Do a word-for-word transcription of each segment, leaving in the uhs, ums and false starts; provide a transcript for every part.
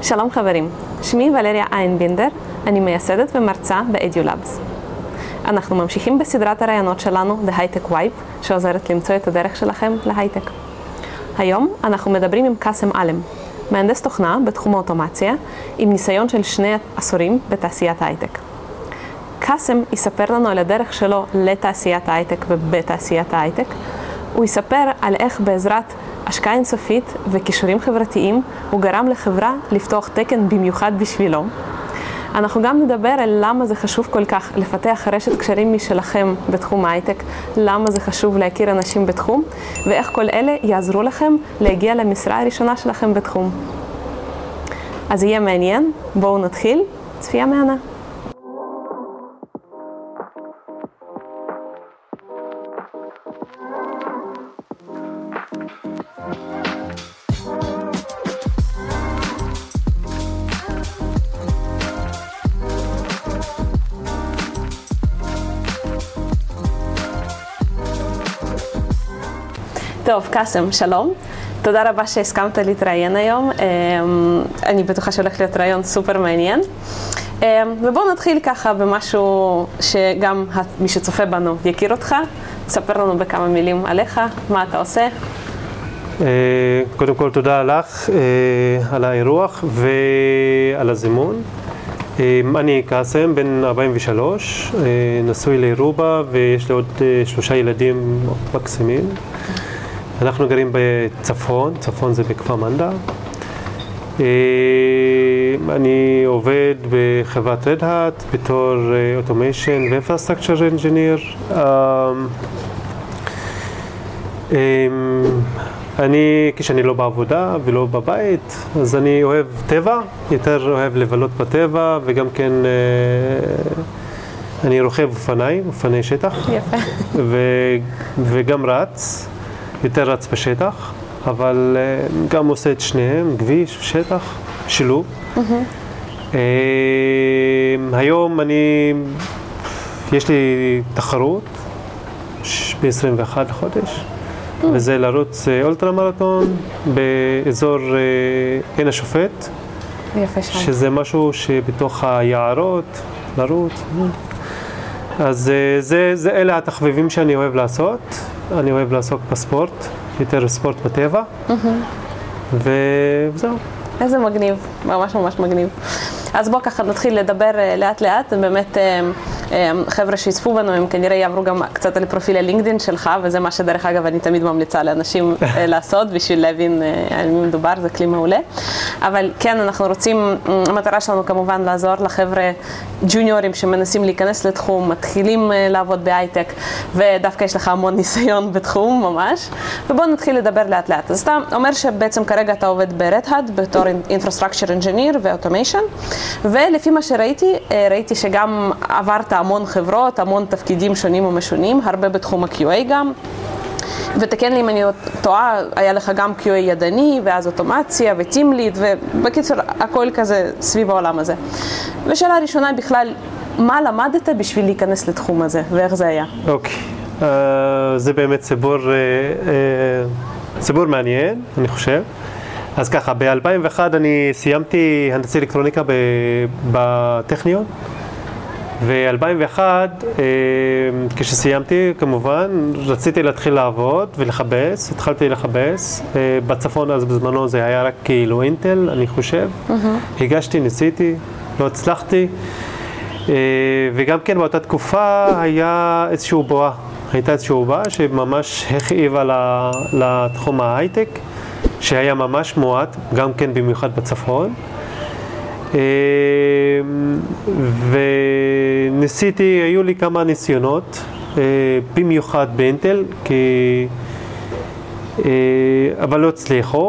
שלום חברים, שמי ולריה איינבינדר, אני מייסדת ומרצה ב-EduLabs. אנחנו ממשיכים בסדרת הרעיונות שלנו, The High-Tech Wipe, שעוזרת למצוא את הדרך שלכם להייטק. היום אנחנו מדברים עם קאסם עלם, מהנדס תוכנה בתחום האוטומציה, עם ניסיון של שני עשורים בתעשיית ההייטק. קאסם יספר לנו על הדרך שלו לתעשיית ההייטק ובתעשיית ההייטק. הוא יספר על איך בעזרת השקעה אינסופית וכישורים חברתיים הוא גרם לחברה לפתוח תקן במיוחד בשבילו. אנחנו גם נדבר על למה זה חשוב כל כך לפתח רשת קשרים משלכם בתחום ההייטק, למה זה חשוב להכיר אנשים בתחום, ואיך כל אלה יעזרו לכם להגיע למשרה הראשונה שלכם בתחום. אז יהיה מעניין, בואו נתחיל, צפייה מהנה. טוב, קאסם, שלום. תודה רבה שהסכמת להתראיין היום. אני בטוחה שהולך להיות ראיון סופר מעניין. ובואו נתחיל ככה במשהו שגם מי שצופה בנו יכיר אותך. ספר לנו בכמה מילים עליך, מה אתה עושה. קודם כל תודה לך על האירוח ועל הזימון. אני קאסם, בן ארבעים ושלוש, נשוי לרובה ויש לי עוד שלושה ילדים מקסימים. אנחנו גרים בצפון, צפון זה בכפר מנדא. אני עובד בחברת Red Hat בתור Automation ו-Infrastructure Engineer. אני, כשאני לא בעבודה ולא בבית, אז אני אוהב טבע, יותר אוהב לבלות בטבע, וגם כן אני רוכב אופניים, אופני שטח. יפה. ו- וגם רץ. יותר רץ בשטח, אבל uh, גם עושה את שניהם, כביש, שטח, שילוב. Mm-hmm. Uh, היום אני, יש לי תחרות ב-עשרים ואחד לחודש, mm-hmm. וזה לרוץ uh, אולטרה מרתון באזור uh, עין השופט. יפה שם. שזה משהו שבתוך היערות, לרוץ. אז uh, זה, זה אלה התחביבים שאני אוהב לעשות. אני אוהב לעסוק בספורט, יותר ספורט בטבע, וזהו. איזה מגניב, ממש ממש מגניב. אז בוא ככה נתחיל לדבר לאט לאט, באמת חבר'ה שיצפו בנו, הם כנראה יעברו גם קצת על פרופיל הלינקדין שלך, וזה מה שדרך אגב אני תמיד ממליצה לאנשים לעשות, בשביל להבין על מי מדובר, זה כלי מעולה. אבל כן, אנחנו רוצים, המטרה שלנו כמובן לעזור לחבר'ה ג'וניורים שמנסים להיכנס לתחום, מתחילים לעבוד בהייטק, ודווקא יש לך המון ניסיון בתחום ממש, ובוא נתחיל לדבר לאט לאט. אז אתה אומר שבעצם כרגע אתה עובד ב-Red Hat בתור Infrastructure Engineer ו-Automation, ולפי מה שראיתי, ראיתי שגם עברת המון חברות, המון תפקידים שונים ומשונים, הרבה בתחום ה-Q A גם. ותקן לי אם אני טועה, היה לך גם Q A ידני, ואז אוטומציה וטים ליד, ובקיצור, הכל כזה סביב העולם הזה. ושאלה הראשונה בכלל, מה למדת בשביל להיכנס לתחום הזה, ואיך זה היה? אוקיי, okay. uh, זה באמת סיפור, uh, uh, סיפור מעניין, אני חושב. אז ככה, ב-אלפיים ואחת אני סיימתי הנדסי אלקטרוניקה בטכניון, ו-אלפיים ואחת, כשסיימתי כמובן, רציתי להתחיל לעבוד ולחבס, התחלתי לחבס, בצפון אז בזמנו זה היה רק כאילו אינטל, אני חושב, mm-hmm. הגשתי, ניסיתי, לא הצלחתי, וגם כן באותה תקופה היה איזשהו בועה, הייתה איזשהו בועה שממש הכאיבה לתחום ההייטק, שהיה ממש מועט, גם כן במיוחד בצפון. וניסיתי, היו לי כמה ניסיונות, במיוחד באינטל, כי... אבל לא הצליחו.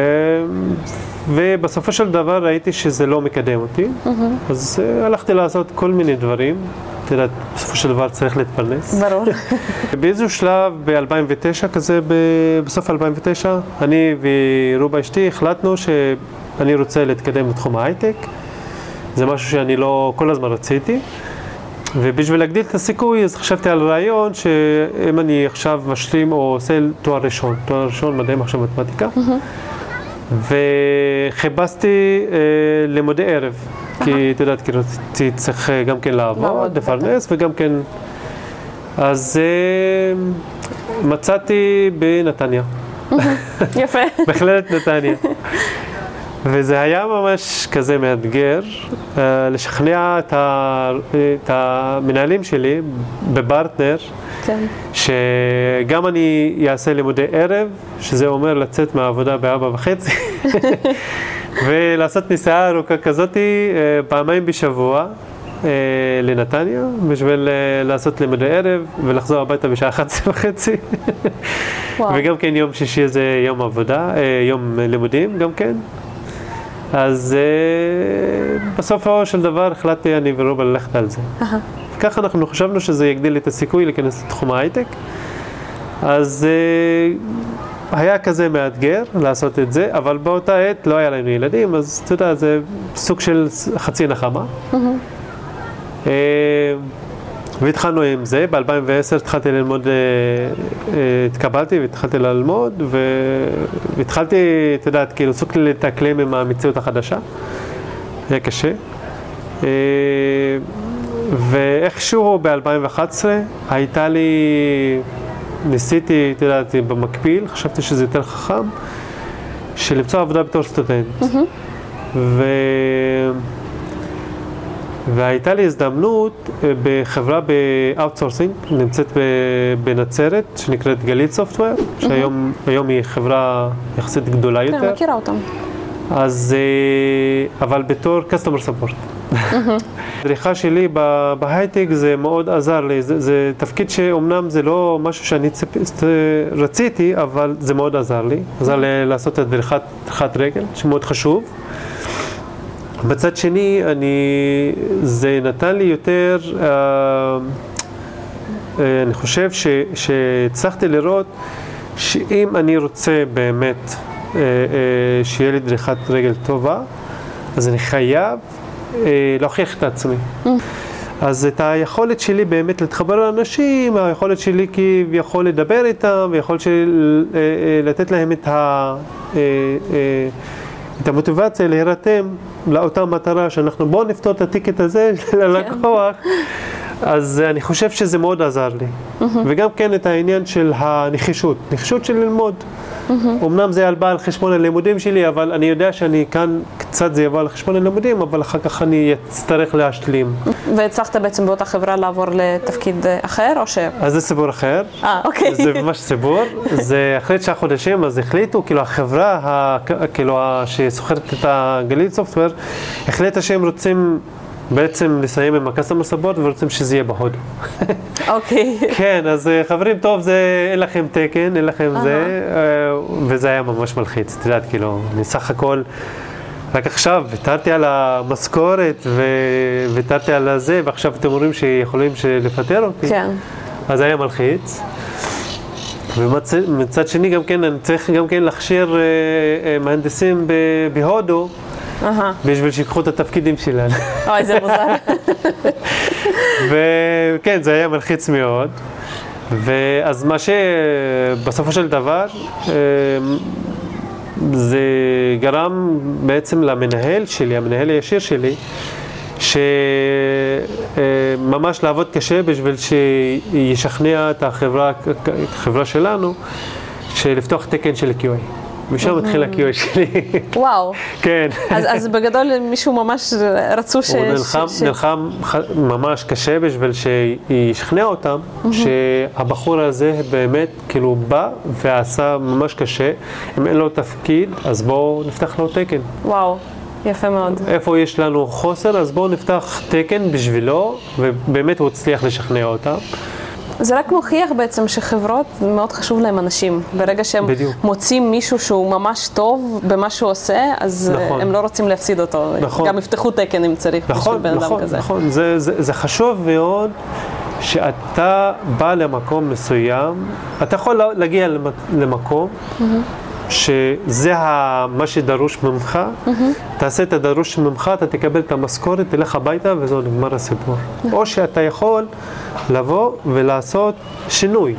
ובסופו של דבר ראיתי שזה לא מקדם אותי, mm-hmm. אז הלכתי לעשות כל מיני דברים. תראה, בסופו של דבר צריך להתפרנס. ברור. באיזשהו שלב, ב-אלפיים ותשע כזה, בסוף אלפיים ותשע, אני ורובה אשתי החלטנו שאני רוצה להתקדם בתחום ההייטק. זה משהו שאני לא כל הזמן רציתי. ובשביל להגדיל את הסיכוי, אז חשבתי על רעיון שאם אני עכשיו משלים או עושה תואר ראשון, תואר ראשון מדעי מחשב מתמטיקה, וחיפשתי אה, לימודי ערב, כי אתה יודעת, כאילו, צריך גם כן לעבוד, לפרנס, וגם כן... אז אה, מצאתי בנתניה. יפה. מכללת נתניה. וזה היה ממש כזה מאתגר, uh, לשכנע את, ה, את המנהלים שלי בפרטנר, כן. שגם אני אעשה לימודי ערב, שזה אומר לצאת מהעבודה בארבע וחצי, ולעשות נסיעה ארוכה כזאת uh, פעמיים בשבוע uh, לנתניה, בשביל uh, לעשות לימודי ערב ולחזור הביתה בשעה אחת עשרה וחצי. וגם כן יום שישי זה יום עבודה, uh, יום לימודים גם כן. אז uh, בסופו של דבר החלטתי אני ורובה ללכת על זה. Uh-huh. ככה אנחנו חשבנו שזה יגדיל את הסיכוי להיכנס לתחום ההייטק. אז uh, היה כזה מאתגר לעשות את זה, אבל באותה עת לא היה לנו ילדים, אז אתה יודע, זה סוג של חצי נחמה. Uh-huh. Uh, והתחלנו עם זה, ב-אלפיים ועשר התחלתי ללמוד, התקבלתי והתחלתי ללמוד, והתחלתי, אתה יודעת, כאילו סוג להתאקלם עם המציאות החדשה, היה קשה. ואיכשהו ב-אלפיים ואחת עשרה הייתה לי, ניסיתי, אתה יודעת, במקביל, חשבתי שזה יותר חכם, של למצוא עבודה בתור סטודנט. ו... והייתה לי הזדמנות בחברה באוטסורסינג, נמצאת בנצרת, שנקראת גלית סופטוור, שהיום היום היא חברה יחסית גדולה יותר. כן, מכירה אותם. אז, אבל בתור customer support. הדריכה שלי בהייטק זה מאוד עזר לי, זה, זה תפקיד שאומנם זה לא משהו שאני צפ... רציתי, אבל זה מאוד עזר לי. עזר לי לעשות את דריכת רגל, שמאוד חשוב. בצד שני, אני, זה נתן לי יותר, אה, אה, אני חושב ש, שהצלחתי לראות שאם אני רוצה באמת אה, אה, שיהיה לי דריכת רגל טובה, אז אני חייב אה, להוכיח את עצמי. Mm. אז את היכולת שלי באמת להתחבר לאנשים, היכולת שלי כביכול לדבר איתם, ויכולת שלי אה, אה, לתת להם את ה... אה, אה, את המוטיבציה להירתם לאותה מטרה שאנחנו בואו נפתור את הטיקט הזה ללקוח, אז אני חושב שזה מאוד עזר לי. וגם כן את העניין של הנחישות, נחישות של ללמוד. אמנם זה יבוא על חשבון הלימודים שלי, אבל אני יודע שאני כאן קצת זה יבוא על חשבון הלימודים, אבל אחר כך אני אצטרך להשלים. והצלחת בעצם באותה חברה לעבור לתפקיד אחר, או ש... אז זה סיפור אחר. אה, אוקיי. זה ממש סיפור. זה אחרי תשעה חודשים, אז החליטו, כאילו החברה, כאילו שסוחרת את הגלית סופטוור, החליטה שהם רוצים בעצם לסיים עם ה-customer support ורוצים שזה יהיה בהודו. אוקיי. כן, אז חברים, טוב, זה, אין לכם תקן, אין לכם זה, וזה היה ממש מלחיץ, את יודעת, כאילו, אני סך הכל, רק עכשיו, ויתרתי על המשכורת, ויתרתי על זה, ועכשיו אתם אומרים שיכולים לפטר אותי. כן. אז זה היה מלחיץ. ומצד שני, גם כן, אני צריך גם כן להכשיר מהנדסים בהודו, בשביל שיקחו את התפקידים שלנו. אוי, זה מוזר. וכן, זה היה מלחיץ מאוד. ואז מה שבסופו של דבר, זה גרם בעצם למנהל שלי, המנהל הישיר שלי, שממש לעבוד קשה בשביל שישכנע את החברה, החברה שלנו, שלפתוח תקן של קיו איי. משם מתחיל ה-קיו איי שלי. וואו. כן. אז בגדול מישהו ממש רצו ש... הוא נלחם ממש קשה בשביל שישכנע אותם, שהבחור הזה באמת כאילו בא ועשה ממש קשה. אם אין לו תפקיד, אז בואו נפתח לו תקן. וואו, יפה מאוד. איפה יש לנו חוסר, אז בואו נפתח תקן בשבילו, ובאמת הוא הצליח לשכנע אותם. זה רק מוכיח בעצם שחברות מאוד חשוב להם אנשים. ברגע שהם בדיוק. מוצאים מישהו שהוא ממש טוב במה שהוא עושה, אז נכון. הם לא רוצים להפסיד אותו. נכון. גם יפתחו תקן אם צריך נכון, בשביל בן נכון, אדם כזה. נכון, זה, זה, זה חשוב מאוד שאתה בא למקום מסוים, אתה יכול להגיע למקום mm-hmm. שזה מה שדרוש ממך, mm-hmm. תעשה את הדרוש ממך, אתה תקבל את המשכורת, תלך הביתה וזהו נגמר הסיפור. Mm-hmm. או שאתה יכול לבוא ולעשות שינוי.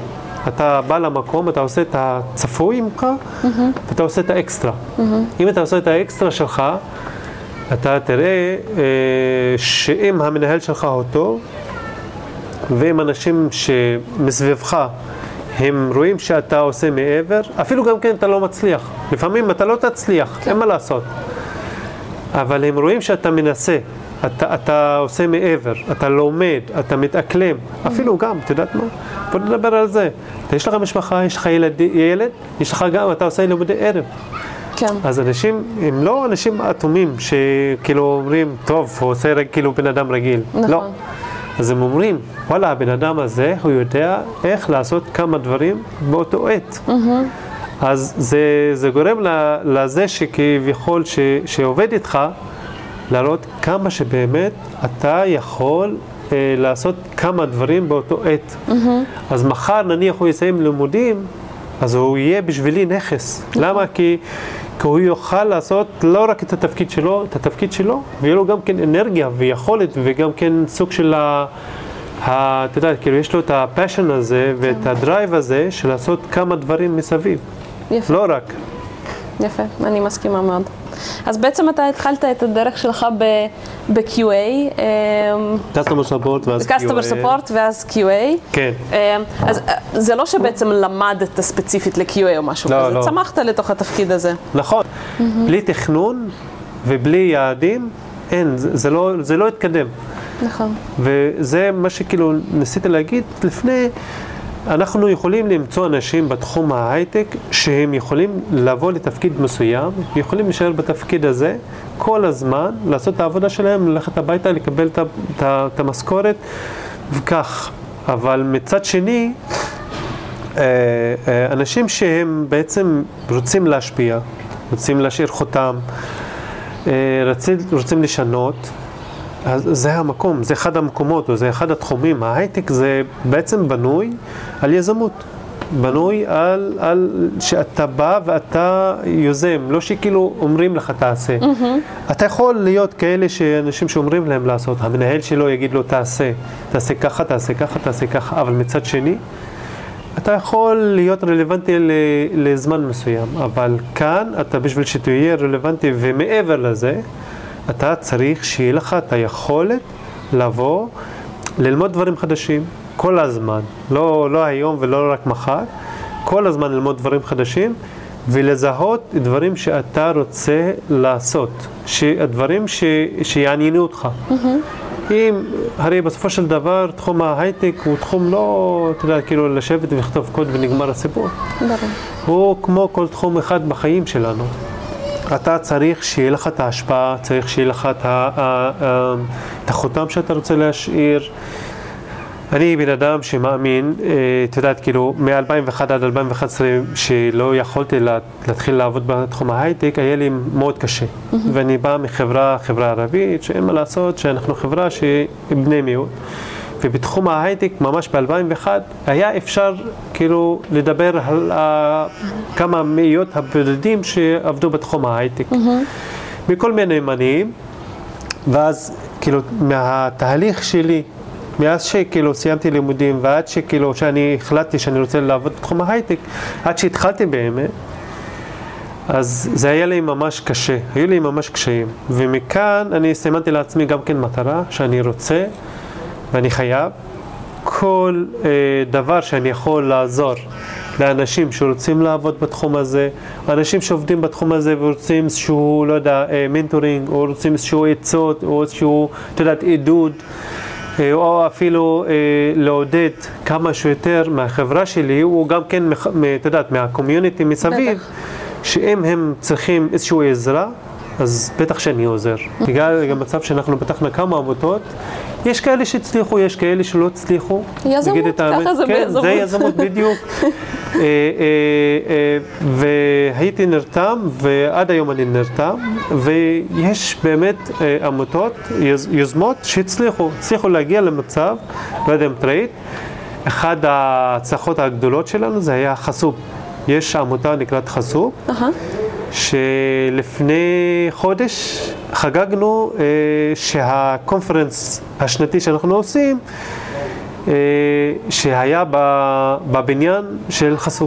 אתה בא למקום, אתה עושה את הצפוי ממך, mm-hmm. ואתה עושה את האקסטרה. Mm-hmm. אם אתה עושה את האקסטרה שלך, אתה תראה אה, שאם המנהל שלך הוא טוב, ואם אנשים שמסביבך, הם רואים שאתה עושה מעבר, אפילו גם כן אתה לא מצליח. לפעמים אתה לא תצליח, כן. אין מה לעשות. אבל הם רואים שאתה מנסה, אתה, אתה עושה מעבר, אתה לומד, אתה מתאקלם, mm-hmm. אפילו גם, אתה יודעת מה? בוא נדבר על זה. יש לך משפחה, יש לך ילד, ילד, יש לך גם, אתה עושה לימודי ערב. כן. אז אנשים, הם לא אנשים אטומים שכאילו אומרים, טוב, הוא עושה רק כאילו בן אדם רגיל. נכון. לא. אז הם אומרים, וואלה, הבן אדם הזה, הוא יודע איך לעשות כמה דברים באותו עת. Mm-hmm. אז זה, זה גורם לזה שכביכול ש, שעובד איתך, להראות כמה שבאמת אתה יכול אה, לעשות כמה דברים באותו עת. Mm-hmm. אז מחר נניח הוא יסיים לימודים, אז הוא יהיה בשבילי נכס. Mm-hmm. למה? כי, כי הוא יוכל לעשות לא רק את התפקיד שלו, את התפקיד שלו, ויהיה לו גם כן אנרגיה ויכולת וגם כן סוג של ה... ה אתה יודע, כאילו יש לו את הפשן הזה ואת mm-hmm. הדרייב הזה של לעשות כמה דברים מסביב. יפה. לא רק. יפה, אני מסכימה מאוד. אז בעצם אתה התחלת את הדרך שלך ב-קיו איי. Customer Support ואז קיו איי. Customer Support ואז קיו איי. כן. אז זה לא שבעצם למדת ספציפית ל-קיו איי או משהו לא, כזה, לא. צמחת לתוך התפקיד הזה. נכון. Mm-hmm. בלי תכנון ובלי יעדים, אין, זה, זה, לא, זה לא יתקדם. נכון. וזה מה שכאילו ניסיתי להגיד לפני, אנחנו יכולים למצוא אנשים בתחום ההייטק שהם יכולים לבוא לתפקיד מסוים, יכולים להישאר בתפקיד הזה כל הזמן, לעשות את העבודה שלהם, ללכת הביתה, לקבל את המשכורת וכך. אבל מצד שני, אנשים שהם בעצם רוצים להשפיע, רוצים להשאיר חותם, רוצים, רוצים לשנות, אז זה המקום, זה אחד המקומות, או זה אחד התחומים. ההייטק זה בעצם בנוי על יזמות, בנוי על, על שאתה בא ואתה יוזם, לא שכאילו אומרים לך תעשה. Mm-hmm. אתה יכול להיות כאלה שאנשים שאומרים להם לעשות, המנהל שלו יגיד לו תעשה, תעשה ככה, תעשה ככה, תעשה ככה, אבל מצד שני, אתה יכול להיות רלוונטי לזמן מסוים, אבל כאן אתה בשביל שתהיה רלוונטי ומעבר לזה, אתה צריך שיהיה לך את היכולת לבוא, ללמוד דברים חדשים, כל הזמן, לא, לא היום ולא רק מחר, כל הזמן ללמוד דברים חדשים, ולזהות דברים שאתה רוצה לעשות, הדברים ש, שיעניינו אותך. Mm-hmm. אם, הרי בסופו של דבר, תחום ההייטק הוא תחום לא, אתה יודע, כאילו לשבת ולכתוב קוד ונגמר הסיפור. ברור. הוא כמו כל תחום אחד בחיים שלנו. אתה צריך שיהיה לך את ההשפעה, צריך שיהיה לך את החותם שאתה רוצה להשאיר. אני בן אדם שמאמין, את יודעת, כאילו, מ-אלפיים ואחת עד אלפיים ואחת עשרה, שלא יכולתי להתחיל לעבוד בתחום ההייטק, היה לי מאוד קשה. Mm-hmm. ואני בא מחברה, חברה ערבית, שאין מה לעשות, שאנחנו חברה שהיא בני מיעוט. ובתחום ההייטק, ממש ב-אלפיים ואחת, היה אפשר כאילו לדבר על uh, כמה מאיות הבודדים שעבדו בתחום ההייטק. Mm-hmm. מכל מיני מניעים, ואז כאילו מהתהליך שלי, מאז שכאילו סיימתי לימודים ועד שכאילו שאני החלטתי שאני רוצה לעבוד בתחום ההייטק, עד שהתחלתי באמת, אז זה היה לי ממש קשה, היו לי ממש קשיים. ומכאן אני סימנתי לעצמי גם כן מטרה שאני רוצה, ואני חייב, כל אה, דבר שאני יכול לעזור לאנשים שרוצים לעבוד בתחום הזה, אנשים שעובדים בתחום הזה ורוצים איזשהו, לא יודע, אה, מנטורינג, או רוצים איזשהו עצות, או איזשהו, אתה יודעת, עידוד, אה, או אפילו אה, לעודד כמה שיותר מהחברה שלי, הוא גם כן, אתה יודעת, מהקומיוניטי מסביב, בטח. שאם הם צריכים איזשהו עזרה, אז בטח שאני עוזר. בגלל גם מצב שאנחנו פתחנו כמה עמותות, יש כאלה שהצליחו, יש כאלה שלא הצליחו. יזמות, ככה זה כן, ביזמות. זה יזמות בדיוק. והייתי נרתם, ועד היום אני נרתם, ויש באמת עמותות, יוזמות שהצליחו, הצליחו להגיע למצב, לא יודע אם טרייד, אחד ההצלחות הגדולות שלנו זה היה חסוב. יש עמותה נקראת חסוב, שלפני חודש חגגנו אה, שהקונפרנס השנתי שאנחנו עושים שהיה בבניין של חסות.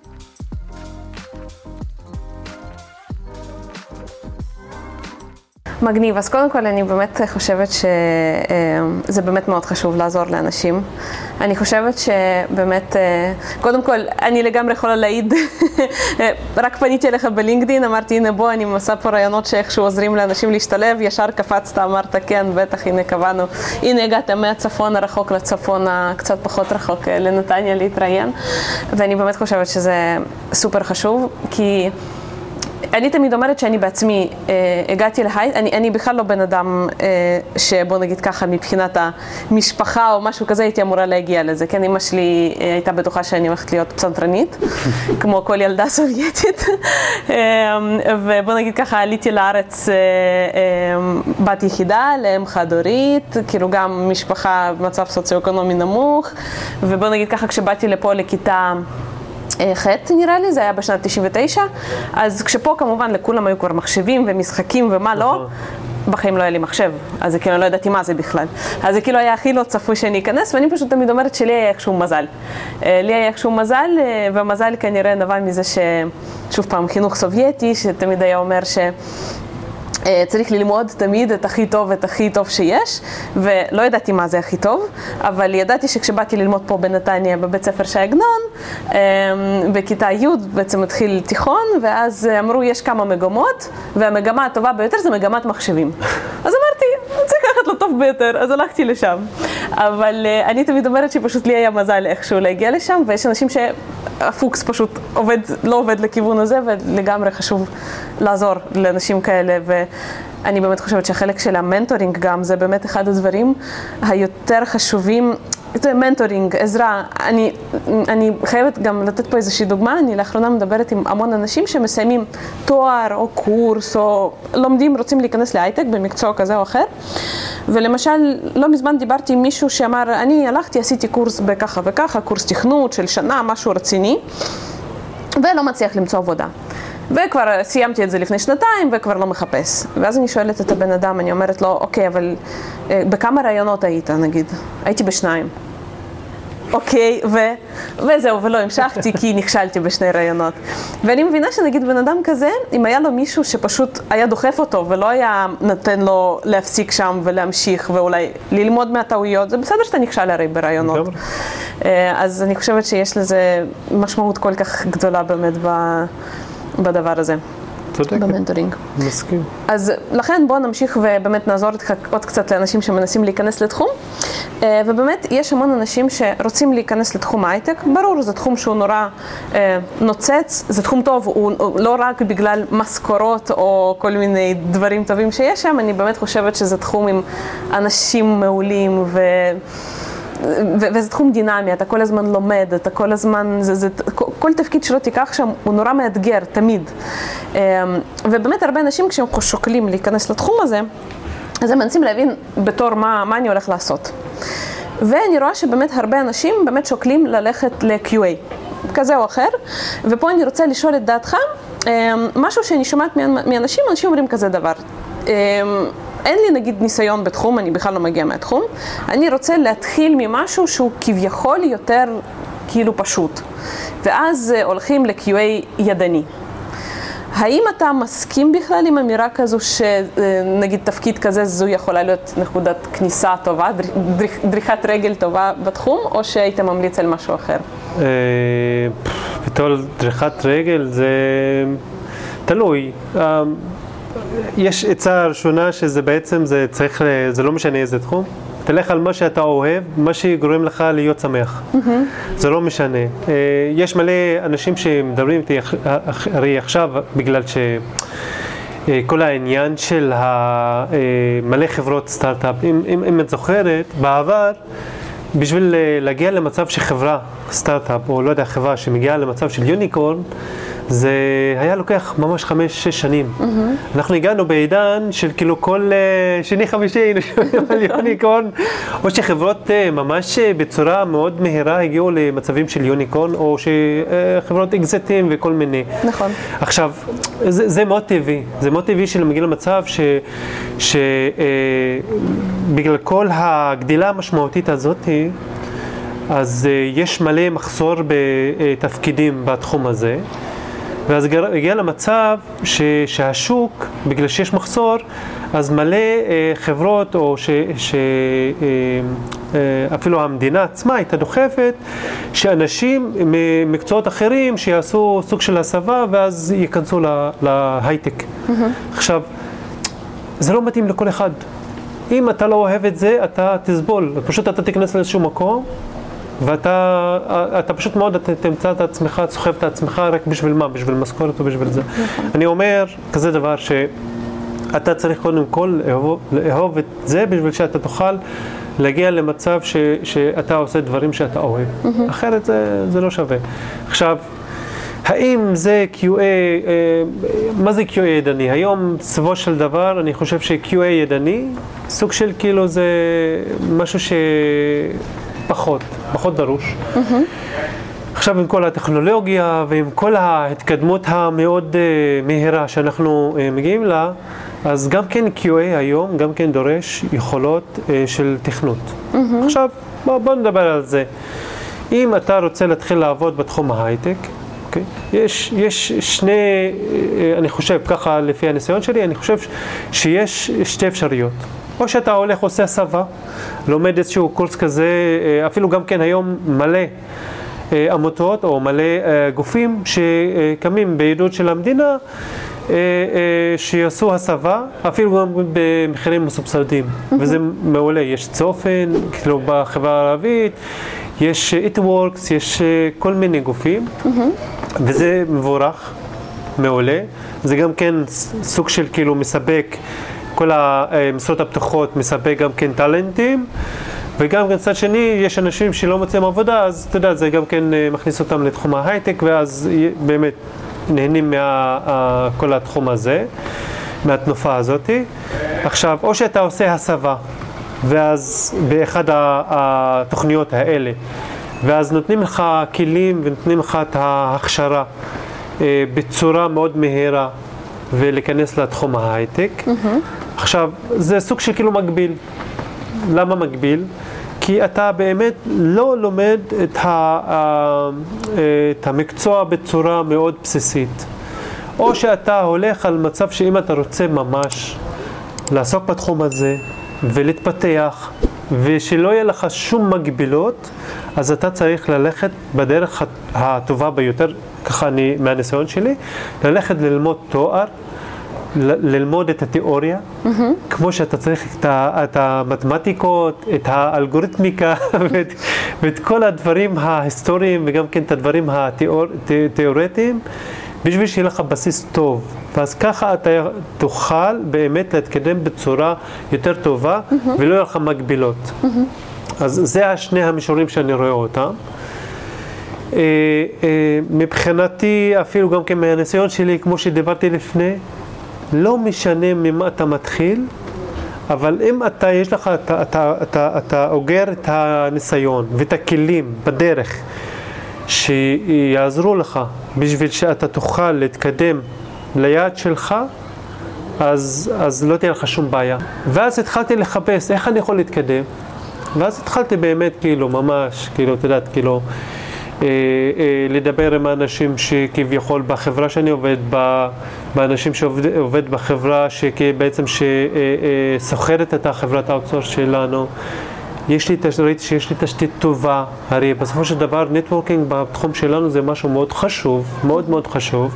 מגניב, אז קודם כל אני באמת חושבת שזה באמת מאוד חשוב לעזור לאנשים. אני חושבת שבאמת, קודם כל אני לגמרי יכולה להעיד, רק פניתי אליך בלינקדין, אמרתי הנה בוא אני עושה פה רעיונות שאיכשהו עוזרים לאנשים להשתלב, ישר קפצת, אמרת כן, בטח הנה קבענו, הנה הגעת מהצפון הרחוק לצפון הקצת פחות רחוק לנתניה להתראיין, ואני באמת חושבת שזה סופר חשוב, כי אני תמיד אומרת שאני בעצמי אה, הגעתי להייט, אני, אני בכלל לא בן אדם אה, שבוא נגיד ככה מבחינת המשפחה או משהו כזה הייתי אמורה להגיע לזה, כן, אמא שלי אה, הייתה בטוחה שאני הולכת להיות פסנתרנית, כמו כל ילדה סובייטית, אה, ובוא נגיד ככה עליתי לארץ אה, אה, בת יחידה, לאם חד הורית, כאילו גם משפחה במצב סוציו-אקונומי נמוך, ובוא נגיד ככה כשבאתי לפה לכיתה חטא נראה לי, זה היה בשנת תשעים ותשע, אז כשפה כמובן לכולם היו כבר מחשבים ומשחקים ומה לא, בחיים לא היה לי מחשב, אז זה כאילו לא ידעתי מה זה בכלל. אז זה כאילו היה הכי לא צפוי שאני אכנס, ואני פשוט תמיד אומרת שלי היה איכשהו מזל. לי היה איכשהו מזל, והמזל כנראה נבע מזה ששוב פעם חינוך סובייטי, שתמיד היה אומר ש... צריך ללמוד תמיד את הכי טוב, את הכי טוב שיש, ולא ידעתי מה זה הכי טוב, אבל ידעתי שכשבאתי ללמוד פה בנתניה בבית ספר שי עגנון, בכיתה י' בעצם התחיל תיכון, ואז אמרו יש כמה מגמות, והמגמה הטובה ביותר זה מגמת מחשבים. אז אמרתי, צריך לקחת לו טוב ביותר, אז הלכתי לשם. אבל אני תמיד אומרת שפשוט לי היה מזל איכשהו להגיע לשם, ויש אנשים שהפוקס פשוט עובד, לא עובד לכיוון הזה, ולגמרי חשוב לעזור לאנשים כאלה, ואני באמת חושבת שהחלק של המנטורינג גם זה באמת אחד הדברים היותר חשובים, זה מנטורינג, עזרה. אני, אני חייבת גם לתת פה איזושהי דוגמה, אני לאחרונה מדברת עם המון אנשים שמסיימים תואר או קורס או לומדים, רוצים להיכנס להייטק במקצוע כזה או אחר, ולמשל לא מזמן דיברתי עם מישהו שאמר, אני הלכתי, עשיתי קורס בככה וככה, קורס תכנות של שנה, משהו רציני, ולא מצליח למצוא עבודה. וכבר סיימתי את זה לפני שנתיים וכבר לא מחפש. ואז אני שואלת את הבן אדם, אני אומרת לו, אוקיי, אבל אה, בכמה רעיונות היית, נגיד? הייתי בשניים. אוקיי, ו... וזהו, ולא המשכתי כי נכשלתי בשני רעיונות. ואני מבינה שנגיד בן אדם כזה, אם היה לו מישהו שפשוט היה דוחף אותו ולא היה נותן לו להפסיק שם ולהמשיך ואולי ללמוד מהטעויות, זה בסדר שאתה נכשל הרי ברעיונות. אז אני חושבת שיש לזה משמעות כל כך גדולה באמת ב... בדבר הזה. צודק. במנטורינג. מסכים. אז לכן בואו נמשיך ובאמת נעזור עוד קצת לאנשים שמנסים להיכנס לתחום. ובאמת יש המון אנשים שרוצים להיכנס לתחום ההייטק. ברור, זה תחום שהוא נורא נוצץ, זה תחום טוב, הוא לא רק בגלל משכורות או כל מיני דברים טובים שיש שם, אני באמת חושבת שזה תחום עם אנשים מעולים ו... וזה תחום דינמי, אתה כל הזמן לומד, אתה כל הזמן, זה, זה, כל תפקיד שלא תיקח שם הוא נורא מאתגר, תמיד. ובאמת הרבה אנשים כשהם שוקלים להיכנס לתחום הזה, אז הם מנסים להבין בתור מה, מה אני הולך לעשות. ואני רואה שבאמת הרבה אנשים באמת שוקלים ללכת ל-קיו איי, כזה או אחר, ופה אני רוצה לשאול את דעתך, משהו שאני שומעת מאנשים, אנשים אומרים כזה דבר. אין לי נגיד ניסיון בתחום, אני בכלל לא מגיע מהתחום, אני רוצה להתחיל ממשהו שהוא כביכול יותר כאילו פשוט, ואז הולכים ל-קיו איי ידני. האם אתה מסכים בכלל עם אמירה כזו שנגיד תפקיד כזה זו יכולה להיות נקודת כניסה טובה, דריכת רגל טובה בתחום, או שהיית ממליץ על משהו אחר? בתור דריכת רגל זה תלוי. יש עצה ראשונה שזה בעצם, זה צריך, זה לא משנה איזה תחום. תלך על מה שאתה אוהב, מה שגורם לך להיות שמח. Mm-hmm. זה לא משנה. יש מלא אנשים שמדברים איתי הרי עכשיו, בגלל שכל העניין של מלא חברות סטארט-אפ, אם, אם, אם את זוכרת, בעבר, בשביל להגיע למצב שחברה, סטארט-אפ, או לא יודע, חברה שמגיעה למצב של יוניקורן, זה היה לוקח ממש חמש, שש שנים. Mm-hmm. אנחנו הגענו בעידן של כאילו כל uh, שני חמישי היינו שומעים על יוניקורן, או שחברות uh, ממש uh, בצורה מאוד מהירה הגיעו למצבים של יוניקורן, או שחברות uh, אקזיטים וכל מיני. נכון. עכשיו, זה, זה מאוד טבעי. זה מאוד טבעי שמגיע למצב ש... ש uh, בגלל כל הגדילה המשמעותית הזאת, אז יש מלא מחסור בתפקידים בתחום הזה, ואז הגיע למצב ש, שהשוק, בגלל שיש מחסור, אז מלא חברות, או ש, ש, אפילו המדינה עצמה הייתה דוחפת, שאנשים ממקצועות אחרים שיעשו סוג של הסבה, ואז ייכנסו לה, להייטק. Mm-hmm. עכשיו, זה לא מתאים לכל אחד. אם אתה לא אוהב את זה, אתה תסבול. פשוט אתה תיכנס לאיזשהו מקום, ואתה אתה פשוט מאוד אתה תמצא את עצמך, סוחב את עצמך רק בשביל מה? בשביל משכורת או בשביל זה. אני אומר כזה דבר שאתה צריך קודם כל לאהוב, לאהוב את זה בשביל שאתה תוכל להגיע למצב ש, שאתה עושה דברים שאתה אוהב. אחרת זה, זה לא שווה. עכשיו, האם זה קיו איי, מה זה קיו איי ידני? היום סבו של דבר, אני חושב ש-קיו איי ידני, סוג של כאילו זה משהו שפחות, פחות דרוש. Mm-hmm. עכשיו עם כל הטכנולוגיה ועם כל ההתקדמות המאוד uh, מהירה שאנחנו uh, מגיעים לה, אז גם כן קיו איי היום גם כן דורש יכולות uh, של תכנות. Mm-hmm. עכשיו בוא, בוא נדבר על זה. אם אתה רוצה להתחיל לעבוד בתחום ההייטק, Okay. יש, יש שני, אני חושב, ככה לפי הניסיון שלי, אני חושב שיש שתי אפשריות. או שאתה הולך עושה הסבה, לומד איזשהו קורס כזה, אפילו גם כן היום מלא עמותות או מלא גופים שקמים בעידוד של המדינה, שיעשו הסבה, אפילו גם במחירים מסובסדים. Mm-hmm. וזה מעולה, יש צופן, כאילו בחברה הערבית, יש It Works, יש כל מיני גופים, mm-hmm. וזה מבורך, מעולה. זה גם כן סוג של כאילו מספק, כל המשרות הפתוחות מספק גם כן טלנטים, וגם כן צד שני, יש אנשים שלא מוצאים עבודה, אז אתה יודע, זה גם כן מכניס אותם לתחום ההייטק, ואז באמת נהנים מכל התחום הזה, מהתנופה הזאת. עכשיו, או שאתה עושה הסבה, ואז באחד התוכניות האלה, ואז נותנים לך כלים ונותנים לך את ההכשרה בצורה מאוד מהירה ולהיכנס לתחום ההייטק. Mm-hmm. עכשיו, זה סוג של כאילו מגביל. למה מגביל? כי אתה באמת לא לומד את, ה, את המקצוע בצורה מאוד בסיסית. או שאתה הולך על מצב שאם אתה רוצה ממש לעסוק בתחום הזה, ולהתפתח, ושלא יהיה לך שום מגבילות, אז אתה צריך ללכת בדרך הטובה ביותר, ככה אני, מהניסיון שלי, ללכת ללמוד תואר, ל- ללמוד את התיאוריה, mm-hmm. כמו שאתה צריך את, ה- את המתמטיקות, את האלגוריתמיקה, ואת, ואת כל הדברים ההיסטוריים, וגם כן את הדברים התיאורטיים, בשביל שיהיה לך בסיס טוב. ואז ככה אתה תוכל באמת להתקדם בצורה יותר טובה, mm-hmm. ולא יהיה לך מגבילות. Mm-hmm. אז זה השני המישורים שאני רואה אותם. אה, אה, מבחינתי, אפילו גם כן מהניסיון שלי, כמו שדיברתי לפני, לא משנה ממה אתה מתחיל, אבל אם אתה, יש לך, אתה, אתה, אתה, אתה אוגר את הניסיון ואת הכלים בדרך, שיעזרו לך בשביל שאתה תוכל להתקדם ליעד שלך, אז, אז לא תהיה לך שום בעיה. ואז התחלתי לחפש איך אני יכול להתקדם, ואז התחלתי באמת כאילו ממש, כאילו, אתה יודעת, כאילו, אה, אה, לדבר עם האנשים שכביכול בחברה שאני עובד בה, באנשים שעובד בחברה שבעצם שסוחרת את החברת האוטסורס שלנו. יש לי, ראיתי שיש לי תשתית טובה, הרי בסופו של דבר נטוורקינג בתחום שלנו זה משהו מאוד חשוב, מאוד מאוד חשוב.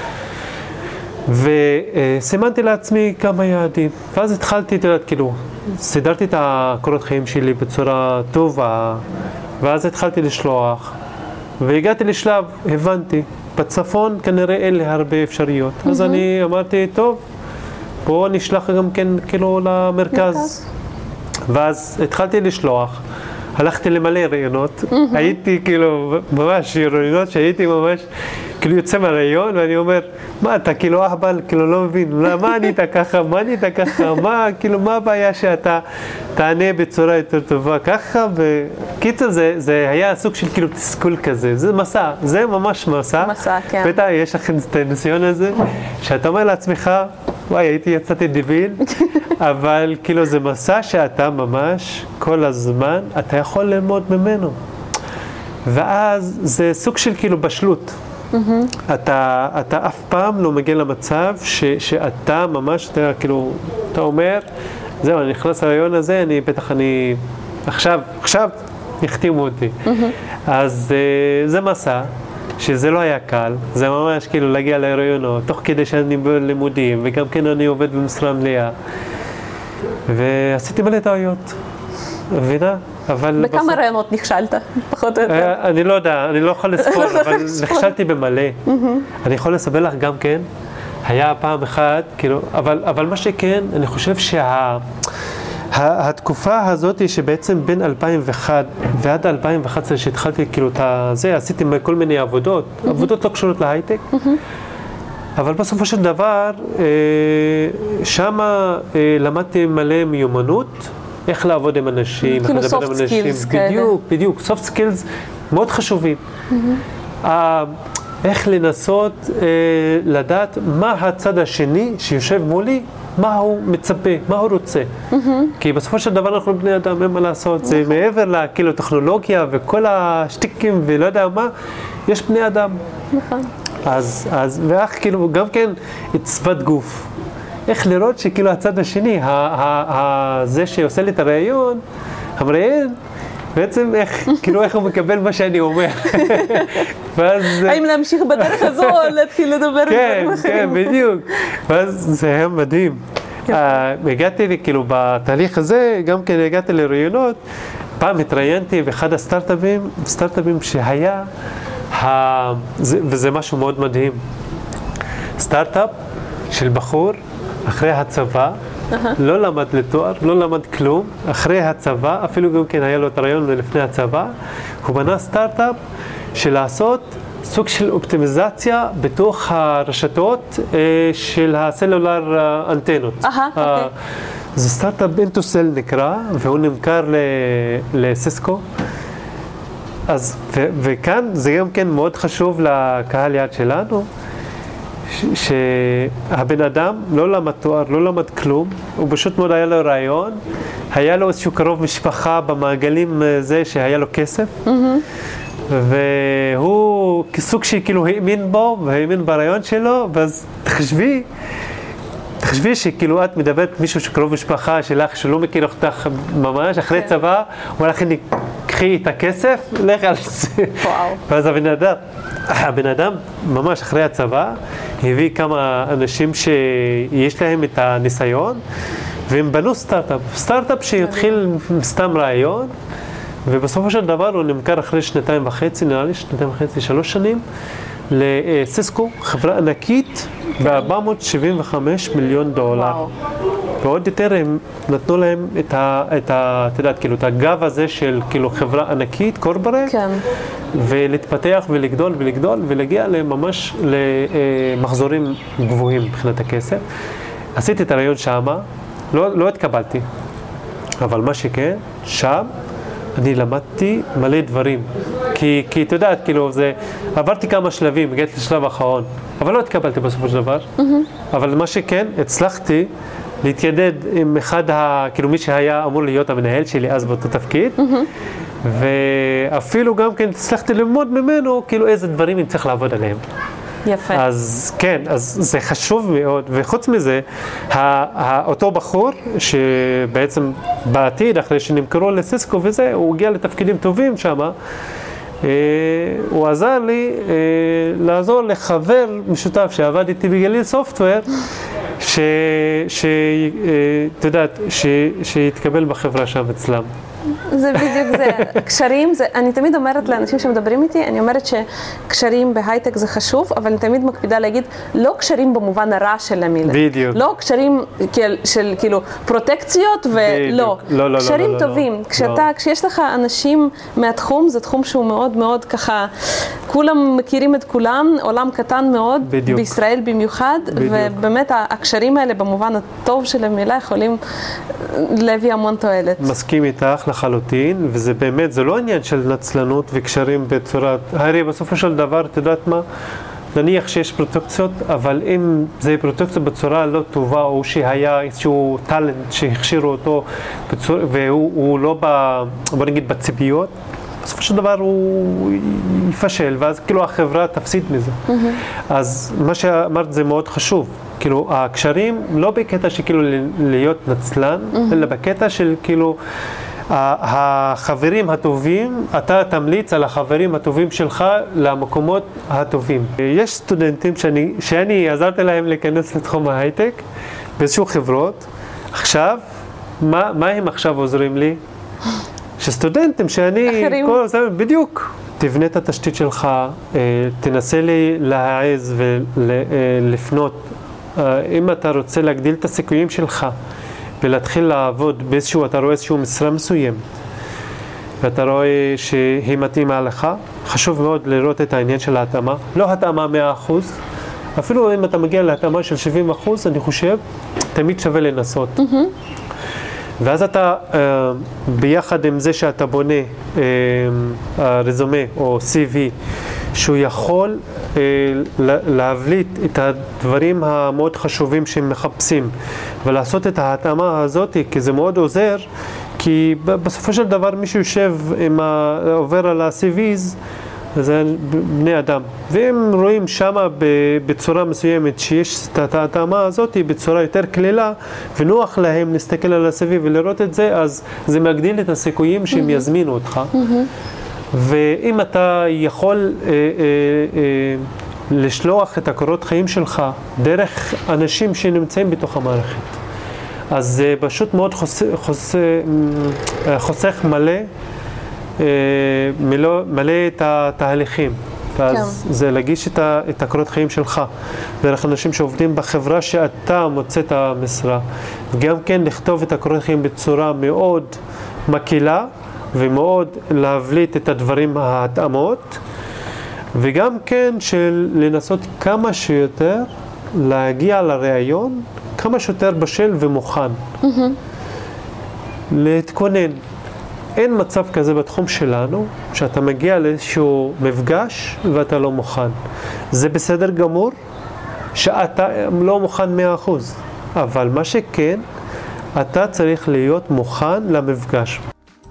וסימנתי לעצמי כמה יעדים, ואז התחלתי, אתה יודעת, כאילו, סידרתי את הקורות חיים שלי בצורה טובה, ואז התחלתי לשלוח, והגעתי לשלב, הבנתי, בצפון כנראה אין לי הרבה אפשריות, mm-hmm. אז אני אמרתי, טוב, בואו נשלח גם כן כאילו למרכז. מרכז. ואז התחלתי לשלוח, הלכתי למלא רעיונות, mm-hmm. הייתי כאילו ממש רעיונות שהייתי ממש כאילו יוצא מהרעיון, ואני אומר, מה אתה כאילו אהבל, כאילו לא מבין, מה ענית ככה, מה ענית ככה, מה, כאילו מה הבעיה שאתה תענה בצורה יותר טובה ככה, וקיצור זה, זה היה סוג של כאילו תסכול כזה, זה מסע, זה ממש מסע. מסע, כן. בטח יש לכם את הניסיון הזה, שאתה אומר לעצמך, וואי, הייתי יצאתי דיביל, אבל כאילו זה מסע שאתה ממש כל הזמן, אתה יכול ללמוד ממנו. ואז זה סוג של כאילו בשלות. Mm-hmm. אתה, אתה אף פעם לא מגיע למצב ש, שאתה ממש, אתה כאילו, אתה אומר, זהו, אני נכנס להיריון הזה, אני בטח אני, עכשיו, עכשיו, החתימו אותי. Mm-hmm. אז uh, זה מסע, שזה לא היה קל, זה ממש כאילו להגיע להיריונות, תוך כדי שאני בלימודים, וגם כן אני עובד במשרה מלאה. ועשיתי מלא טעויות, מבינה? אבל בכמה בסוף... רעיונות נכשלת, פחות או יותר? אני לא יודע, אני לא יכול לספור, אבל נכשלתי במלא. אני יכול לספר לך גם כן, היה פעם אחת, כאילו, אבל, אבל מה שכן, אני חושב שה... התקופה הזאת שבעצם בין אלפיים ואחת ועד אלפיים ואחת עשרה שהתחלתי כאילו את זה, עשיתי כל מיני עבודות, עבודות לא קשורות להייטק, אבל בסופו של דבר, שמה למדתי מלא מיומנות, איך לעבוד עם אנשים, כאילו soft skills כאלה. בדיוק, בדיוק, soft skills מאוד חשובים. איך לנסות לדעת מה הצד השני שיושב מולי, מה הוא מצפה, מה הוא רוצה. כי בסופו של דבר אנחנו בני אדם, אין מה לעשות, זה מעבר לכאילו טכנולוגיה וכל השטיקים ולא יודע מה, יש בני אדם. נכון. אז, אז, ואיך כאילו, גם כן, צוות גוף. איך לראות שכאילו הצד השני, ה, ה, ה, זה שעושה לי את הרעיון, המראיין, בעצם איך, כאילו איך הוא מקבל מה שאני אומר. ואז... האם להמשיך בדרך הזו או להתחיל לדבר כן, כן, בדיוק. ואז זה היה מדהים. הגעתי לי, כאילו, בתהליך הזה, גם כן הגעתי לרעיונות, פעם התראיינתי באחד הסטארט-אפים, סטארט-אפים שהיה, וזה משהו מאוד מדהים. סטארט-אפ של בחור, אחרי הצבא, לא למד לתואר, לא למד כלום, אחרי הצבא, אפילו גם כן היה לו את הרעיון לפני הצבא, הוא בנה סטארט-אפ של לעשות סוג של אופטימיזציה בתוך הרשתות של הסלולר אנטנות. אהה, אוקיי. זה סטארט-אפ אינטוסל נקרא, והוא נמכר לסיסקו. אז, ו- וכאן זה גם כן מאוד חשוב לקהל יעד שלנו, שהבן אדם לא למד תואר, לא למד כלום, הוא פשוט מאוד היה לו רעיון, היה לו איזשהו קרוב משפחה במעגלים זה שהיה לו כסף, mm-hmm. והוא כסוג שכאילו האמין בו והאמין ברעיון שלו, ואז תחשבי, תחשבי שכאילו את מדברת מישהו שקרוב משפחה שלך שלא מכיר אותך ממש, אחרי צבא, הוא הולך לי, קחי את הכסף, לך על זה. וואו. ואז הבן אדם, הבן אדם ממש אחרי הצבא, הביא כמה אנשים שיש להם את הניסיון, והם בנו סטארט-אפ. סטארט-אפ שהתחיל סתם רעיון, ובסופו של דבר הוא נמכר אחרי שנתיים וחצי, נראה לי שנתיים וחצי, שלוש שנים, לסיסקו, חברה ענקית, ב-ארבע מאות שבעים וחמישה מיליון דולר. וואו. ועוד יותר הם נתנו להם את ה, את ה, את יודעת, כאילו, את הגב הזה של כאילו חברה ענקית, קורפורט, כן. ולהתפתח ולגדול ולגדול ולהגיע לממש למחזורים גבוהים מבחינת הכסף. עשיתי את הרעיון שמה, לא, לא התקבלתי, אבל מה שכן, שם אני למדתי מלא דברים, כי, כי אתה יודעת, כאילו, זה, עברתי כמה שלבים, הגעתי לשלב האחרון, אבל לא התקבלתי בסופו של דבר, mm-hmm. אבל מה שכן, הצלחתי להתיידד עם אחד, ה, כאילו מי שהיה אמור להיות המנהל שלי אז באותו תפקיד, mm-hmm. ואפילו גם כן הצלחתי ללמוד ממנו, כאילו איזה דברים אני צריך לעבוד עליהם. יפה. אז כן, אז זה חשוב מאוד, וחוץ מזה, אותו בחור שבעצם בעתיד, אחרי שנמכרו לסיסקו וזה, הוא הגיע לתפקידים טובים שם, הוא עזר לי לעזור לחבר משותף שעבד איתי בגליל סופטוור, שאתה יודעת, שיתקבל בחברה שם אצלם. זה בדיוק זה, קשרים, זה, אני תמיד אומרת לאנשים שמדברים איתי, אני אומרת שקשרים בהייטק זה חשוב, אבל אני תמיד מקפידה להגיד, לא קשרים במובן הרע של המילה. בדיוק. לא קשרים של, של כאילו פרוטקציות ולא. לא, לא, קשרים לא, טובים. לא, כשאתה, לא. כשיש לך אנשים מהתחום, זה תחום שהוא מאוד מאוד ככה, כולם מכירים את כולם, עולם קטן מאוד, בדיוק. בישראל במיוחד, בדיוק. ובאמת הקשרים האלה במובן הטוב של המילה יכולים להביא המון תועלת. מסכים איתך לחלוטין, וזה באמת, זה לא עניין של נצלנות וקשרים בצורה, הרי בסופו של דבר, את יודעת מה, נניח שיש פרוטקציות, אבל אם זה פרוטקציות בצורה לא טובה, או שהיה איזשהו טלנט שהכשירו אותו, בצורה, והוא לא, ב, בוא נגיד, בציפיות, בסופו של דבר הוא יפשל, ואז כאילו החברה תפסיד מזה. Mm-hmm. אז מה שאמרת זה מאוד חשוב. כאילו, הקשרים לא בקטע שכאילו להיות נצלן, mm-hmm. אלא בקטע של כאילו, החברים הטובים, אתה תמליץ על החברים הטובים שלך למקומות הטובים. יש סטודנטים שאני, שאני עזרתי להם להיכנס לתחום ההייטק, באיזשהו חברות. עכשיו, מה, מה הם עכשיו עוזרים לי? שסטודנטים שאני, כל זה, בדיוק, תבנה את התשתית שלך, תנסה לי להעז ולפנות. אם אתה רוצה להגדיל את הסיכויים שלך ולהתחיל לעבוד באיזשהו, אתה רואה איזשהו משרה מסוים, ואתה רואה שהיא מתאימה לך, חשוב מאוד לראות את העניין של ההתאמה. לא התאמה מאה אחוז, אפילו אם אתה מגיע להתאמה של שבעים אחוז, אני חושב, תמיד שווה לנסות. Mm-hmm. ואז אתה, ביחד עם זה שאתה בונה רזומה או סי וי, שהוא יכול להבליט את הדברים המאוד חשובים שהם מחפשים, ולעשות את ההתאמה הזאת, כי זה מאוד עוזר, כי בסופו של דבר מישהו יושב עם ה... עובר על ה-סי ויז, זה בני אדם. והם רואים שמה בצורה מסוימת שיש את ההתאמה הזאת בצורה יותר כלילה, ונוח להם להסתכל על ה-סי וי ולראות את זה, אז זה מגדיל את הסיכויים שהם mm-hmm. יזמינו אותך. Mm-hmm. ואם אתה יכול אה, אה, אה, לשלוח את הקורות חיים שלך דרך אנשים שנמצאים בתוך המערכת, אז זה פשוט מאוד חוסך, חוסך, חוסך מלא, מלא, מלא את התהליכים. ואז כן. זה להגיש את, ה, את הקורות חיים שלך דרך אנשים שעובדים בחברה שאתה מוצא את המשרה. וגם כן לכתוב את הקורות חיים בצורה מאוד מקילה, ומאוד להבליט את הדברים ההתאמות, וגם כן של לנסות כמה שיותר להגיע לראיון, כמה שיותר בשל ומוכן. Mm-hmm. להתכונן. אין מצב כזה בתחום שלנו, שאתה מגיע לאיזשהו מפגש ואתה לא מוכן. זה בסדר גמור שאתה לא מוכן מאה אחוז, אבל מה שכן, אתה צריך להיות מוכן למפגש.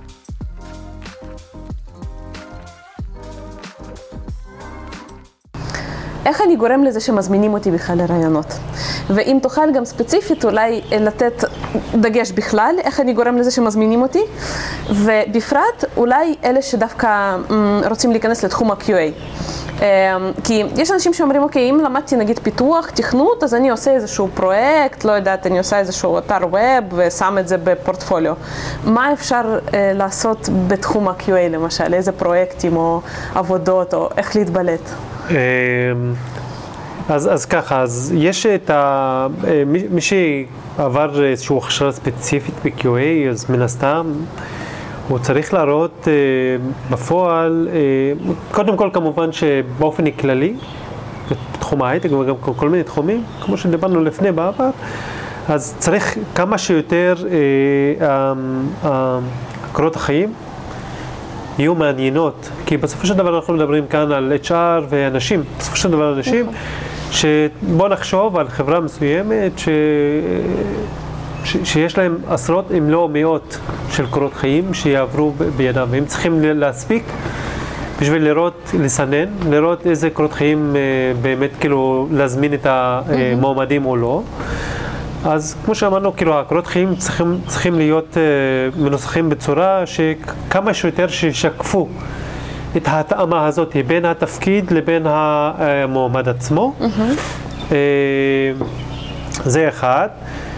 איך אני גורם לזה שמזמינים אותי בכלל לרעיונות? ואם תוכל גם ספציפית אולי לתת דגש בכלל, איך אני גורם לזה שמזמינים אותי, ובפרט אולי אלה שדווקא רוצים להיכנס לתחום ה-קיו איי. כי יש אנשים שאומרים, אוקיי, אם למדתי נגיד פיתוח, תכנות, אז אני עושה איזשהו פרויקט, לא יודעת, אני עושה איזשהו אתר ווב ושם את זה בפורטפוליו. מה אפשר לעשות בתחום ה-קיו איי למשל? איזה פרויקטים או עבודות או איך להתבלט? אז, אז ככה, אז יש את ה... מי, מי שעבר איזושהי הכשרה ספציפית ב-קיו איי, אז מן הסתם הוא צריך להראות אה, בפועל, אה, קודם כל כמובן שבאופן כללי, בתחום ההייטק וגם כל, כל מיני תחומים, כמו שדיברנו לפני בעבר, אז צריך כמה שיותר אה, אה, אה, קורות החיים יהיו מעניינות, כי בסופו של דבר אנחנו מדברים כאן על אייץ' אר ואנשים, בסופו של דבר אנשים, שבוא נחשוב על חברה מסוימת ש... ש... שיש להם עשרות אם לא מאות של קורות חיים שיעברו בידם, והם צריכים להספיק בשביל לראות, לסנן, לראות איזה קורות חיים באמת כאילו להזמין את המועמדים או לא. אז כמו שאמרנו, כאילו הקורות חיים צריכים, צריכים להיות uh, מנוסחים בצורה שכמה שיותר שישקפו את ההתאמה הזאת בין התפקיד לבין המועמד עצמו. Mm-hmm. uh, זה אחד.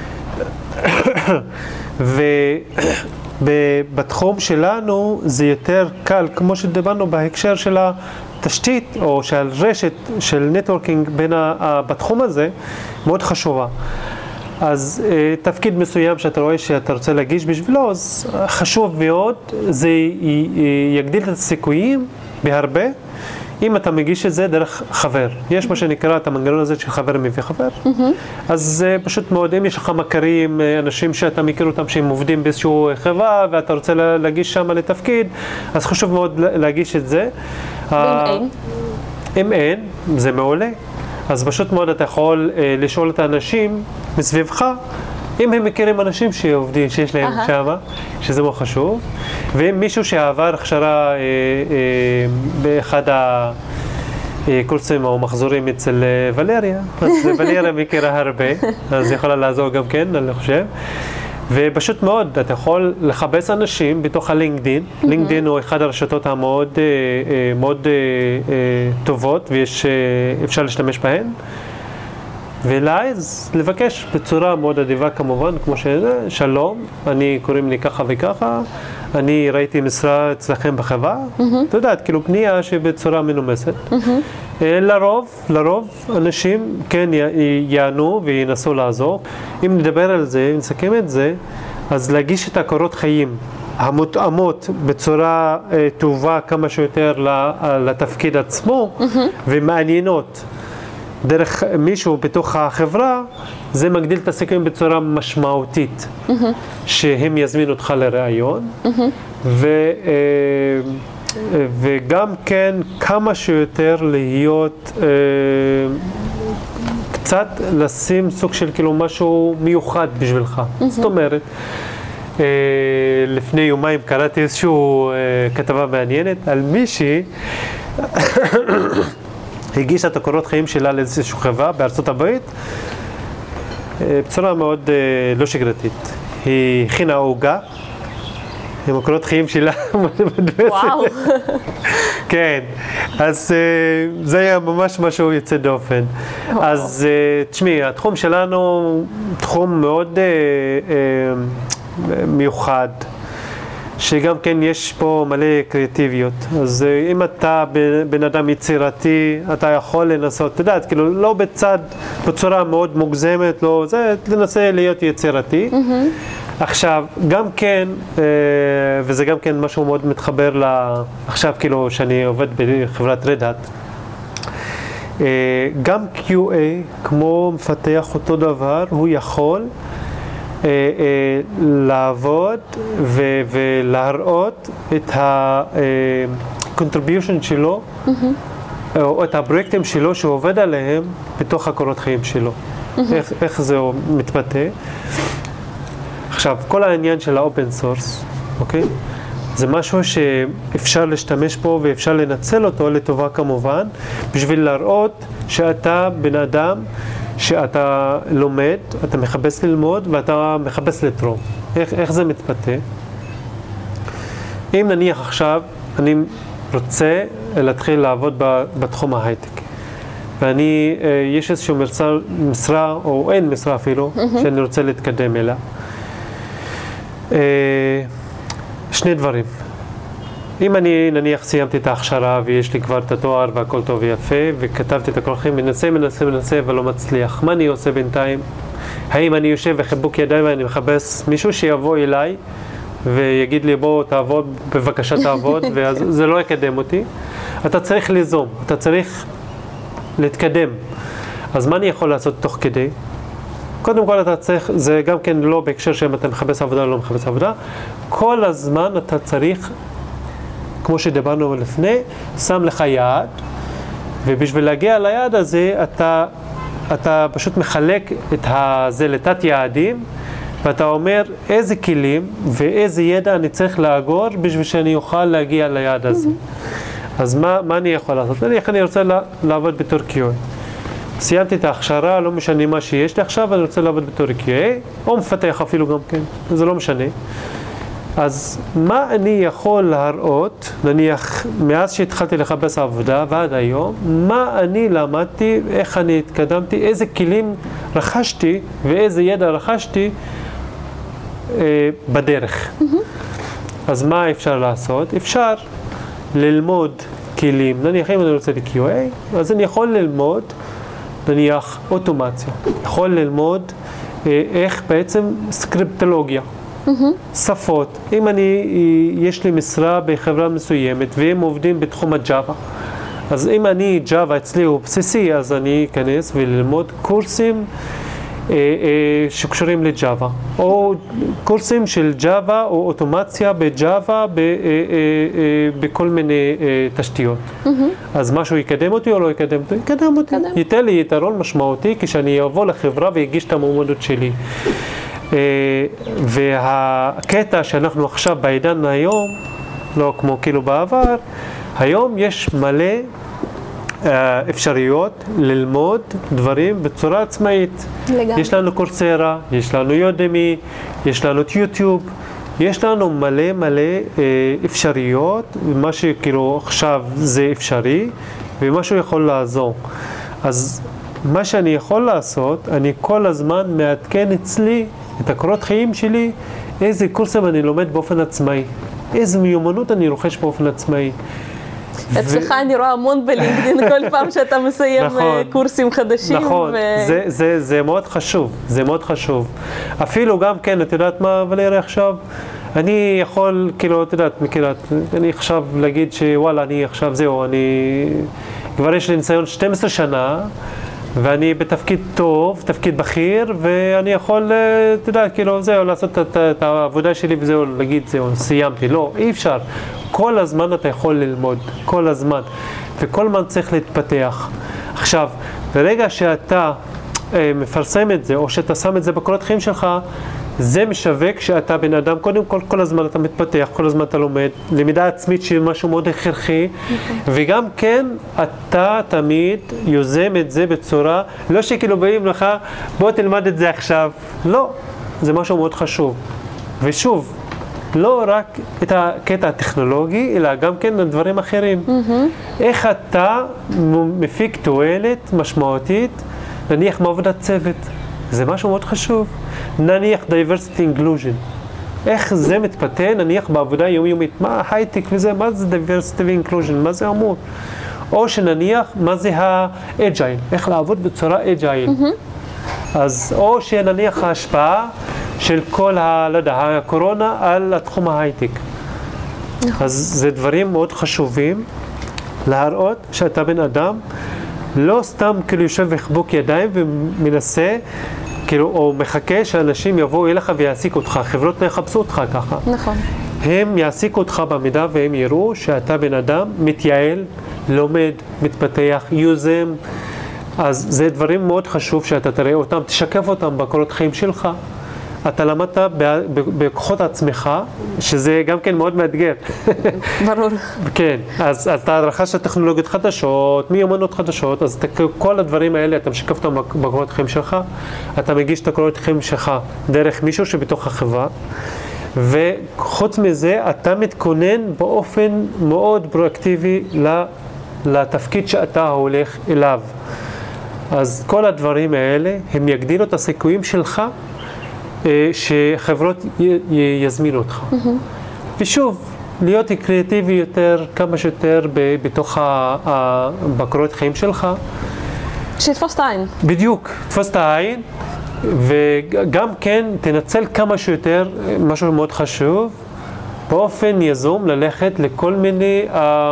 ובתחום שלנו זה יותר קל, כמו שדיברנו בהקשר של התשתית או של רשת של נטוורקינג בין ה, בתחום הזה, מאוד חשובה. אז uh, תפקיד מסוים שאתה רואה שאתה רוצה להגיש בשבילו, אז חשוב מאוד, זה י- י- יגדיל את הסיכויים בהרבה, אם אתה מגיש את זה דרך חבר. יש מה שנקרא את המנגנון הזה של חבר מביא חבר. Mm-hmm. אז זה uh, פשוט מאוד, אם יש לך מכרים, אנשים שאתה מכיר אותם שהם עובדים באיזשהו חברה, ואתה רוצה להגיש שם לתפקיד, אז חשוב מאוד להגיש את זה. ואם uh, אין? אם אין, זה מעולה. אז פשוט מאוד אתה יכול uh, לשאול את האנשים מסביבך, אם הם מכירים אנשים שעובדים, שיש להם אהה. שמה, שזה מאוד חשוב, ואם מישהו שעבר הכשרה אה, אה, באחד הקורסים או מחזורים אצל אה, ולריה, אז ולריה מכירה הרבה, אז יכולה לעזור גם כן, אני חושב. ופשוט מאוד, אתה יכול לחפש אנשים בתוך הלינקדין. Mm-hmm. לינקדין הוא אחד הרשתות המאוד אה, אה, מאוד אה, אה, טובות, ויש, אה, אפשר להשתמש בהן. ולאז לבקש בצורה מאוד אדיבה כמובן, כמו שזה, שלום, אני קוראים לי ככה וככה, אני ראיתי משרה אצלכם בחברה, mm-hmm. אתה יודעת, כאילו פנייה שבצורה מנומסת. Mm-hmm. לרוב, לרוב אנשים כן יענו וינסו לעזור. אם נדבר על זה, נסכם את זה, אז להגיש את הקורות חיים המותאמות בצורה אה, טובה כמה שיותר לתפקיד עצמו, mm-hmm. ומעניינות דרך מישהו בתוך החברה, זה מגדיל את הסיכויים בצורה משמעותית, mm-hmm. שהם יזמינו אותך לראיון, mm-hmm. ו, אה, וגם כן כמה שיותר להיות, אה, קצת לשים סוג של כאילו משהו מיוחד בשבילך. Mm-hmm. זאת אומרת, אה, לפני יומיים קראתי איזושהי אה, כתבה מעניינת על מישהי, הגישה את הקורות חיים שלה לאיזושהי חברה בארצות הברית בצורה מאוד לא שגרתית. היא הכינה עוגה עם הקורות חיים שלה מדפסת. וואו. כן, אז זה היה ממש משהו יוצא דופן. וואו. אז תשמעי, התחום שלנו תחום מאוד מיוחד, שגם כן יש פה מלא קריאטיביות. אז אם אתה בן אדם יצירתי, אתה יכול לנסות, אתה יודעת, כאילו לא בצד, בצורה מאוד מוגזמת, לא, זה לנסה להיות יצירתי. Mm-hmm. עכשיו, גם כן, וזה גם כן משהו מאוד מתחבר ל... עכשיו כאילו שאני עובד בחברת Red Hat, גם קיו איי, כמו מפתח אותו דבר, הוא יכול לעבוד ולהראות את ה-contribution שלו, או את הפרויקטים שלו שהוא עובד עליהם בתוך הקורות חיים שלו. איך זה מתבטא? עכשיו, כל העניין של האופן סורס, אוקיי? זה משהו שאפשר להשתמש פה ואפשר לנצל אותו לטובה כמובן, בשביל להראות שאתה בן אדם שאתה לומד, אתה מחפש ללמוד ואתה מחפש לתרום. איך, איך זה מתבטא? אם נניח עכשיו אני רוצה להתחיל לעבוד בתחום ההייטק, ואני, יש איזשהו משרה, משרה או אין משרה אפילו, mm-hmm. שאני רוצה להתקדם אליה. שני דברים. אם אני נניח סיימתי את ההכשרה ויש לי כבר את התואר והכל טוב ויפה, וכתבתי את הקורות חיים, מנסה, מנסה, מנסה ולא מצליח. מה אני עושה בינתיים? האם אני יושב וחיבוק ידיים ואני מחפש מישהו שיבוא אליי ויגיד לי בוא תעבוד, בבקשה תעבוד, וזה לא יקדם אותי. אתה צריך ליזום, אתה צריך להתקדם. אז מה אני יכול לעשות תוך כדי? קודם כל אתה צריך, זה גם כן לא בהקשר שאם אתה מחפש עבודה או לא מחפש עבודה, כל הזמן אתה צריך, כמו שדיברנו לפני, שם לך יעד, ובשביל להגיע ליעד הזה, אתה, אתה פשוט מחלק את זה לתת יעדים, ואתה אומר איזה כלים ואיזה ידע אני צריך לאגור בשביל שאני אוכל להגיע ליעד הזה. Mm-hmm. אז מה, מה אני יכול לעשות? אני, אני רוצה לעבוד בתור קיו איי. סיימתי את ההכשרה, לא משנה מה שיש לי עכשיו, אני רוצה לעבוד בתור קיו איי, או מפתח אפילו גם כן, זה לא משנה. אז מה אני יכול להראות, נניח, מאז שהתחלתי לחפש עבודה ועד היום, מה אני למדתי, איך אני התקדמתי, איזה כלים רכשתי ואיזה ידע רכשתי אה, בדרך. Mm-hmm. אז מה אפשר לעשות? אפשר ללמוד כלים, נניח אם אני רוצה ל-קיו איי, אז אני יכול ללמוד, נניח, אוטומציה. יכול ללמוד אה, איך בעצם סקריפטולוגיה. Mm-hmm. שפות. אם אני, יש לי משרה בחברה מסוימת והם עובדים בתחום הג'אווה, אז אם אני, ג'אווה אצלי הוא בסיסי, אז אני אכנס וללמוד קורסים אה, אה, שקשורים לג'אווה, או קורסים של ג'אווה או אוטומציה בג'אווה ב, אה, אה, אה, בכל מיני אה, תשתיות. Mm-hmm. אז משהו יקדם אותי או לא יקדם אותי? יקדם אותי. ייתן לי יתרון משמעותי כשאני אבוא לחברה ויגיש את המועמדות שלי. והקטע שאנחנו עכשיו בעידן היום, לא כמו כאילו בעבר, היום יש מלא אפשרויות ללמוד דברים בצורה עצמאית. לגמרי. יש לנו קורסרה, יש לנו יודמי, יש לנו יוטיוב, יש לנו מלא מלא אפשרויות, ומה שכאילו עכשיו זה אפשרי, ומשהו יכול לעזור. אז מה שאני יכול לעשות, אני כל הזמן מעדכן אצלי את הקורות חיים שלי, איזה קורסים אני לומד באופן עצמאי, איזה מיומנות אני רוכש באופן עצמאי. אצלך אני רואה המון בלינקדין כל פעם שאתה מסיים קורסים חדשים. נכון, זה מאוד חשוב, זה מאוד חשוב. אפילו גם כן, את יודעת מה, ולרי עכשיו, אני יכול, כאילו, את יודעת, מכירת, אני עכשיו להגיד שוואלה, אני עכשיו זהו, אני כבר יש לי ניסיון שתים עשרה שנה, ואני בתפקיד טוב, תפקיד בכיר, ואני יכול, אתה יודע, כאילו, זהו, לעשות את, את העבודה שלי וזהו, להגיד, זהו, סיימתי. לא, אי אפשר. כל הזמן אתה יכול ללמוד, כל הזמן. וכל הזמן צריך להתפתח. עכשיו, ברגע שאתה אה, מפרסם את זה, או שאתה שם את זה בקורות חיים שלך, זה משווק שאתה בן אדם, קודם כל, כל הזמן אתה מתפתח, כל הזמן אתה לומד, למידה עצמית שהיא משהו מאוד הכרחי, וגם כן, אתה תמיד יוזם את זה בצורה, לא שכאילו באים לך, בוא תלמד את זה עכשיו, לא, זה משהו מאוד חשוב. ושוב, לא רק את הקטע הטכנולוגי, אלא גם כן דברים אחרים. איך אתה מפיק תועלת משמעותית, נניח מעבודת צוות, זה משהו מאוד חשוב. נניח diversity inclusion, איך זה מתפתן, נניח בעבודה יומיומית, מה הייטק וזה, מה זה diversity inclusion, מה זה אמור? או שנניח, מה זה ה-agile, איך לעבוד בצורה agile. Mm-hmm. אז, או שנניח ההשפעה של כל ה, לא יודע, הקורונה על התחום ההייטק. Mm-hmm. אז זה דברים מאוד חשובים, להראות שאתה בן אדם, לא סתם כאילו יושב וחבוק ידיים ומנסה, כאילו, או מחכה שאנשים יבואו אליך ויעסיקו אותך, חברות לא יחפשו אותך ככה. נכון. הם יעסיקו אותך במידה והם יראו שאתה בן אדם מתייעל, לומד, מתפתח, יוזם. אז זה דברים מאוד חשוב שאתה תראה אותם, תשקף אותם בקורות חיים שלך. אתה למדת בכוחות עצמך, שזה גם כן מאוד מאתגר. ברור. כן, אז, אז אתה רכשת טכנולוגיות חדשות, מיומנות חדשות, אז אתה, כל הדברים האלה אתה משקף אותם בקורות חיים שלך, אתה מגיש את הקורות חיים שלך דרך מישהו שבתוך החברה, וחוץ מזה אתה מתכונן באופן מאוד פרואקטיבי לתפקיד שאתה הולך אליו. אז כל הדברים האלה הם יגדילו את הסיכויים שלך, שחברות יזמינו אותך. Mm-hmm. ושוב, להיות קריאטיבי יותר, כמה שיותר בתוך בקורות חיים שלך. שתפוס את העין. בדיוק, תפוס את העין, וגם כן תנצל כמה שיותר, משהו מאוד חשוב, באופן יזום ללכת לכל מיני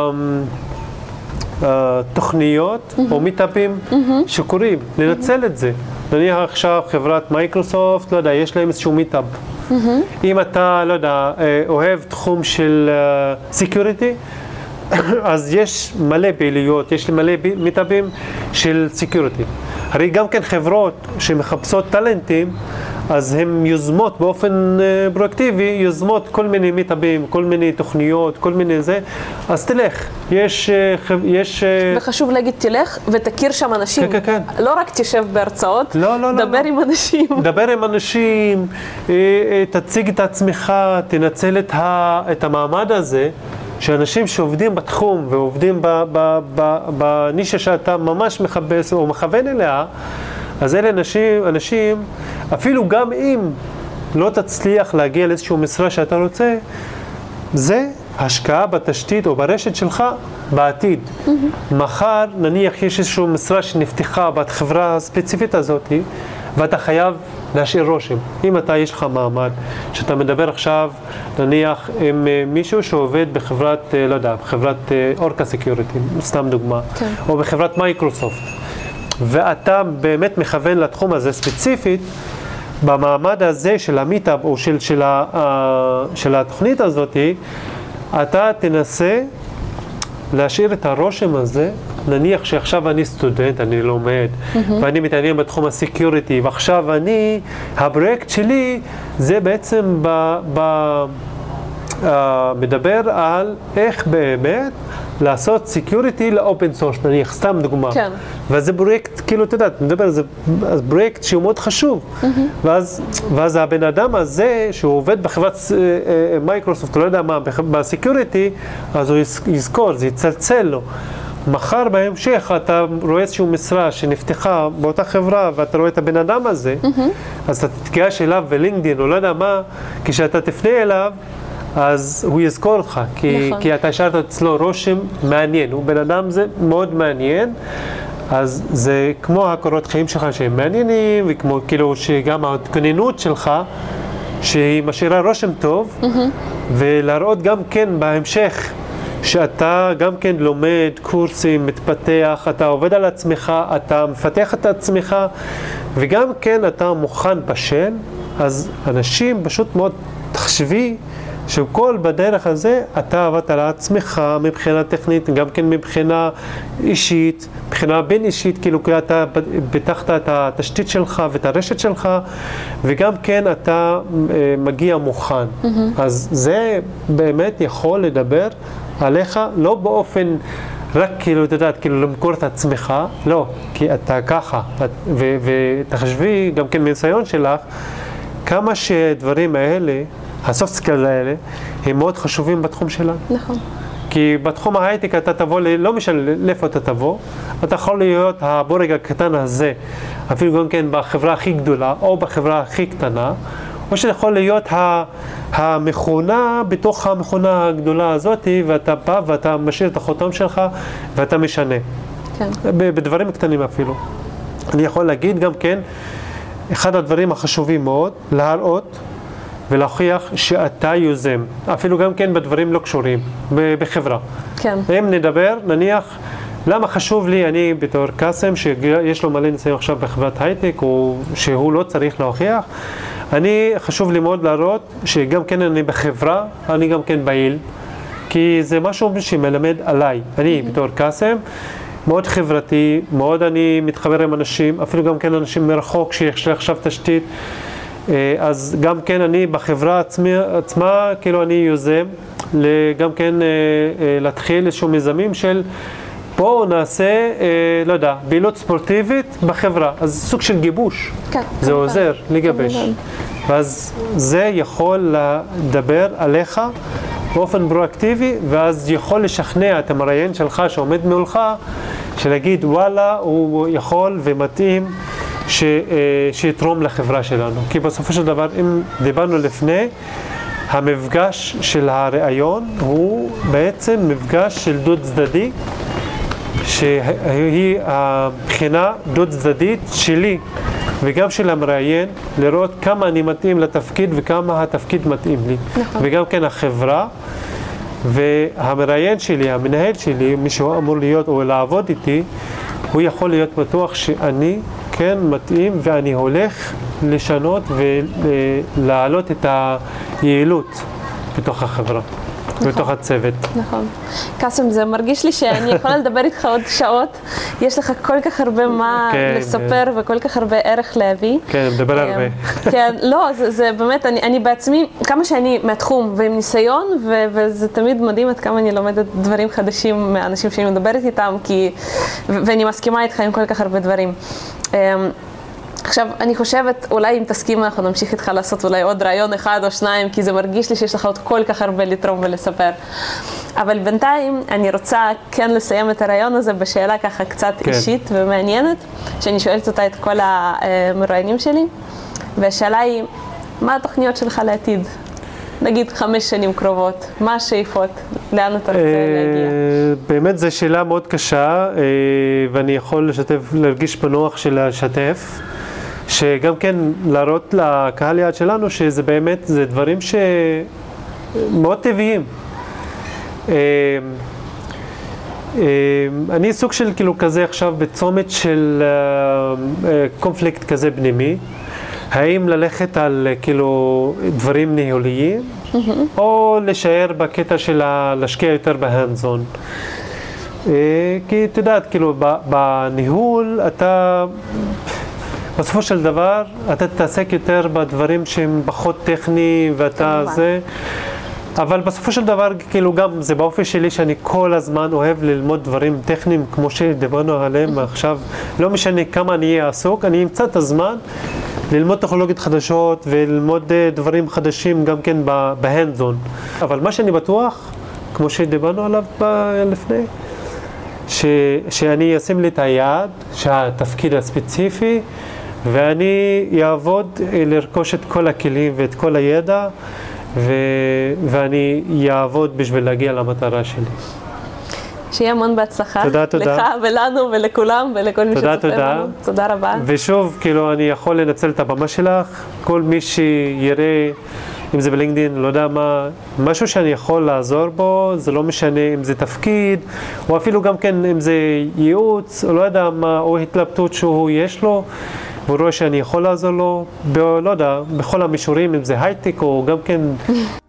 uh, uh, תוכניות mm-hmm. או מיטאפים mm-hmm. שקורים, לנצל mm-hmm. את זה. נניח עכשיו חברת מייקרוסופט, לא יודע, יש להם איזשהו מיטאפ. Mm-hmm. אם אתה, לא יודע, אוהב תחום של סקיוריטי, uh, אז יש מלא פעילויות, יש מלא מיטאפים של סקיוריטי. הרי גם כן חברות שמחפשות טלנטים, אז הן יוזמות באופן uh, פרואקטיבי, יוזמות כל מיני מיטאפים, כל מיני תוכניות, כל מיני זה, אז תלך, יש... Uh, יש uh... וחשוב להגיד, תלך ותכיר שם אנשים. כן, כן, כן. לא רק תשב בהרצאות, לא, לא, דבר לא, עם לא. אנשים. דבר עם אנשים, uh, uh, תציג את עצמך, תנצל את, ה, את המעמד הזה, שאנשים שעובדים בתחום ועובדים בנישה שאתה ממש מחפש או מכוון אליה, אז אלה אנשים, אנשים, אפילו גם אם לא תצליח להגיע לאיזשהו משרה שאתה רוצה, זה השקעה בתשתית או ברשת שלך בעתיד. Mm-hmm. מחר נניח יש איזשהו משרה שנפתחה בחברה הספציפית הזאת, ואתה חייב להשאיר רושם. אם אתה יש לך מעמד, שאתה מדבר עכשיו נניח עם מישהו שעובד בחברת, לא יודע, בחברת אורקה סקיוריטי, סתם דוגמה, okay. או בחברת מייקרוסופט, ואתה באמת מכוון לתחום הזה ספציפית, במעמד הזה של המיטאפ או של, של, ה, של התוכנית הזאת, אתה תנסה להשאיר את הרושם הזה נניח שעכשיו אני סטודנט, אני לומד, mm-hmm. ואני מתעניין בתחום הסקיוריטי, ועכשיו אני, הפרויקט שלי זה בעצם ב, ב, uh, מדבר על איך באמת לעשות סקיוריטי לאופן סורס, נניח, סתם דוגמה. כן. וזה פרויקט, כאילו, אתה יודעת, מדבר על זה, פרויקט שהוא מאוד חשוב. Mm-hmm. ואז, ואז הבן אדם הזה, שהוא עובד בחברת מייקרוסופט, לא יודע מה, בסקיוריטי, אז הוא יזכור, זה יצלצל לו. מחר בהמשך אתה רואה איזושהי משרה שנפתחה באותה חברה, ואתה רואה את הבן אדם הזה, mm-hmm. אז אתה תתגש אליו בלינקדין, או לא יודע מה, כשאתה תפנה אליו, אז הוא יזכור אותך, כי, נכון. כי אתה השארת אצלו רושם מעניין, הוא בן אדם זה מאוד מעניין, אז זה כמו הקורות חיים שלך שהם מעניינים, וכמו כאילו שגם ההתכוננות שלך, שהיא משאירה רושם טוב, mm-hmm. ולהראות גם כן בהמשך, שאתה גם כן לומד קורסים, מתפתח, אתה עובד על עצמך, אתה מפתח את עצמך, וגם כן אתה מוכן בשל, אז אנשים פשוט מאוד תחשבי, שכל בדרך הזה אתה עבדת על עצמך מבחינה טכנית, גם כן מבחינה אישית, מבחינה בין אישית, כאילו כי אתה פיתחת את התשתית שלך ואת הרשת שלך, וגם כן אתה מגיע מוכן. Mm-hmm. אז זה באמת יכול לדבר עליך, לא באופן רק כאילו, אתה יודעת, כאילו למכור את עצמך, לא, כי אתה ככה, ותחשבי גם כן מניסיון שלך, כמה שדברים האלה, הסופט סקילס האלה, הם מאוד חשובים בתחום שלנו. נכון. כי בתחום ההייטק אתה תבוא, לא משנה לאיפה אתה תבוא, אתה יכול להיות הבורג הקטן הזה, אפילו גם כן בחברה הכי גדולה, או בחברה הכי קטנה, או שאתה יכול להיות המכונה בתוך המכונה הגדולה הזאת, ואתה בא ואתה משאיר את החותם שלך, ואתה משנה. כן. בדברים קטנים אפילו. אני יכול להגיד גם כן, אחד הדברים החשובים מאוד, להראות, ולהוכיח שאתה יוזם, אפילו גם כן בדברים לא קשורים, בחברה. כן. אם נדבר, נניח, למה חשוב לי, אני בתור קאסם, שיש לו מלא ניסיון עכשיו בחברת הייטק, או שהוא לא צריך להוכיח, אני חשוב לי מאוד להראות שגם כן אני בחברה, אני גם כן פעיל, כי זה משהו שמלמד עליי. אני בתור קאסם, מאוד חברתי, מאוד אני מתחבר עם אנשים, אפילו גם כן אנשים מרחוק שיש לי עכשיו תשתית, אז גם כן אני בחברה עצמי, עצמה, כאילו אני יוזם, גם כן להתחיל איזשהו מיזמים של בואו נעשה, לא יודע, פעילות ספורטיבית בחברה, אז סוג של גיבוש, כן, זה עוזר לגבש, ואז זה יכול לדבר עליך באופן פרואקטיבי, ואז יכול לשכנע את המראיין שלך שעומד מולך, שלהגיד וואלה הוא יכול ומתאים, ש, שיתרום לחברה שלנו. כי בסופו של דבר, אם דיברנו לפני, המפגש של הראיון הוא בעצם מפגש של דוד צדדי, שהיא הבחינה דוד צדדית שלי וגם של המראיין, לראות כמה אני מתאים לתפקיד וכמה התפקיד מתאים לי. נכון. וגם כן החברה, והמראיין שלי, המנהל שלי, מי שהוא אמור להיות או לעבוד איתי, הוא יכול להיות בטוח שאני כן מתאים ואני הולך לשנות ולהעלות את היעילות בתוך החברה, נכון. בתוך הצוות. נכון. קאסם, זה מרגיש לי שאני יכולה לדבר איתך עוד שעות, יש לך כל כך הרבה מה כן, לספר כן. וכל כך הרבה ערך להביא. כן, מדבר הרבה. כן, לא, זה, זה באמת, אני, אני בעצמי, כמה שאני מהתחום ועם ניסיון, ו, וזה תמיד מדהים עד כמה אני לומדת דברים חדשים מהאנשים שאני מדברת איתם, כי, ו, ואני מסכימה איתך עם כל כך הרבה דברים. עכשיו, אני חושבת, אולי אם תסכים, אנחנו נמשיך איתך לעשות אולי עוד רעיון אחד או שניים, כי זה מרגיש לי שיש לך עוד כל כך הרבה לתרום ולספר. אבל בינתיים, אני רוצה כן לסיים את הרעיון הזה בשאלה ככה קצת כן. אישית ומעניינת, שאני שואלת אותה את כל המראיינים שלי, והשאלה היא, מה התוכניות שלך לעתיד? נגיד חמש שנים קרובות, מה השאיפות? לאן אתה רוצה להגיע? באמת זו שאלה מאוד קשה, ואני יכול לשתף, להרגיש בנוח של לשתף, שגם כן להראות לקהל יעד שלנו שזה באמת, זה דברים שמאוד טבעיים. אני סוג של כאילו כזה עכשיו בצומת של קונפליקט כזה פנימי, האם ללכת על כאילו דברים ניהוליים, mm-hmm. או לשאר בקטע של להשקיע יותר בהנדזון. כי את יודעת, כאילו, בניהול אתה, בסופו של דבר, אתה תתעסק יותר בדברים שהם פחות טכניים ואתה זה, אבל בסופו של דבר, כאילו, גם זה באופי שלי שאני כל הזמן אוהב ללמוד דברים טכניים כמו שדיברנו עליהם עכשיו, לא משנה כמה אני אהיה עסוק, אני אמצא את הזמן ללמוד טכנולוגיות חדשות וללמוד דברים חדשים גם כן בהנדזון. אבל מה שאני בטוח, כמו שדיברנו עליו לפני, ש, שאני אשים לי את היעד, שהתפקיד הספציפי, ואני אעבוד לרכוש את כל הכלים ואת כל הידע, ו, ואני אעבוד בשביל להגיע למטרה שלי. שיהיה המון בהצלחה. תודה, תודה. לך ולנו ולכולם ולכל מי שצופה בנו. תודה רבה. ושוב, כאילו, אני יכול לנצל את הבמה שלך, כל מי שיראה, אם זה בלינקדאין, לא יודע מה, משהו שאני יכול לעזור בו, זה לא משנה אם זה תפקיד, או אפילו גם כן אם זה ייעוץ, או לא יודע מה, או התלבטות שהוא יש לו, והוא רואה שאני יכול לעזור לו, ב, לא יודע, בכל המישורים, אם זה הייטק, או גם כן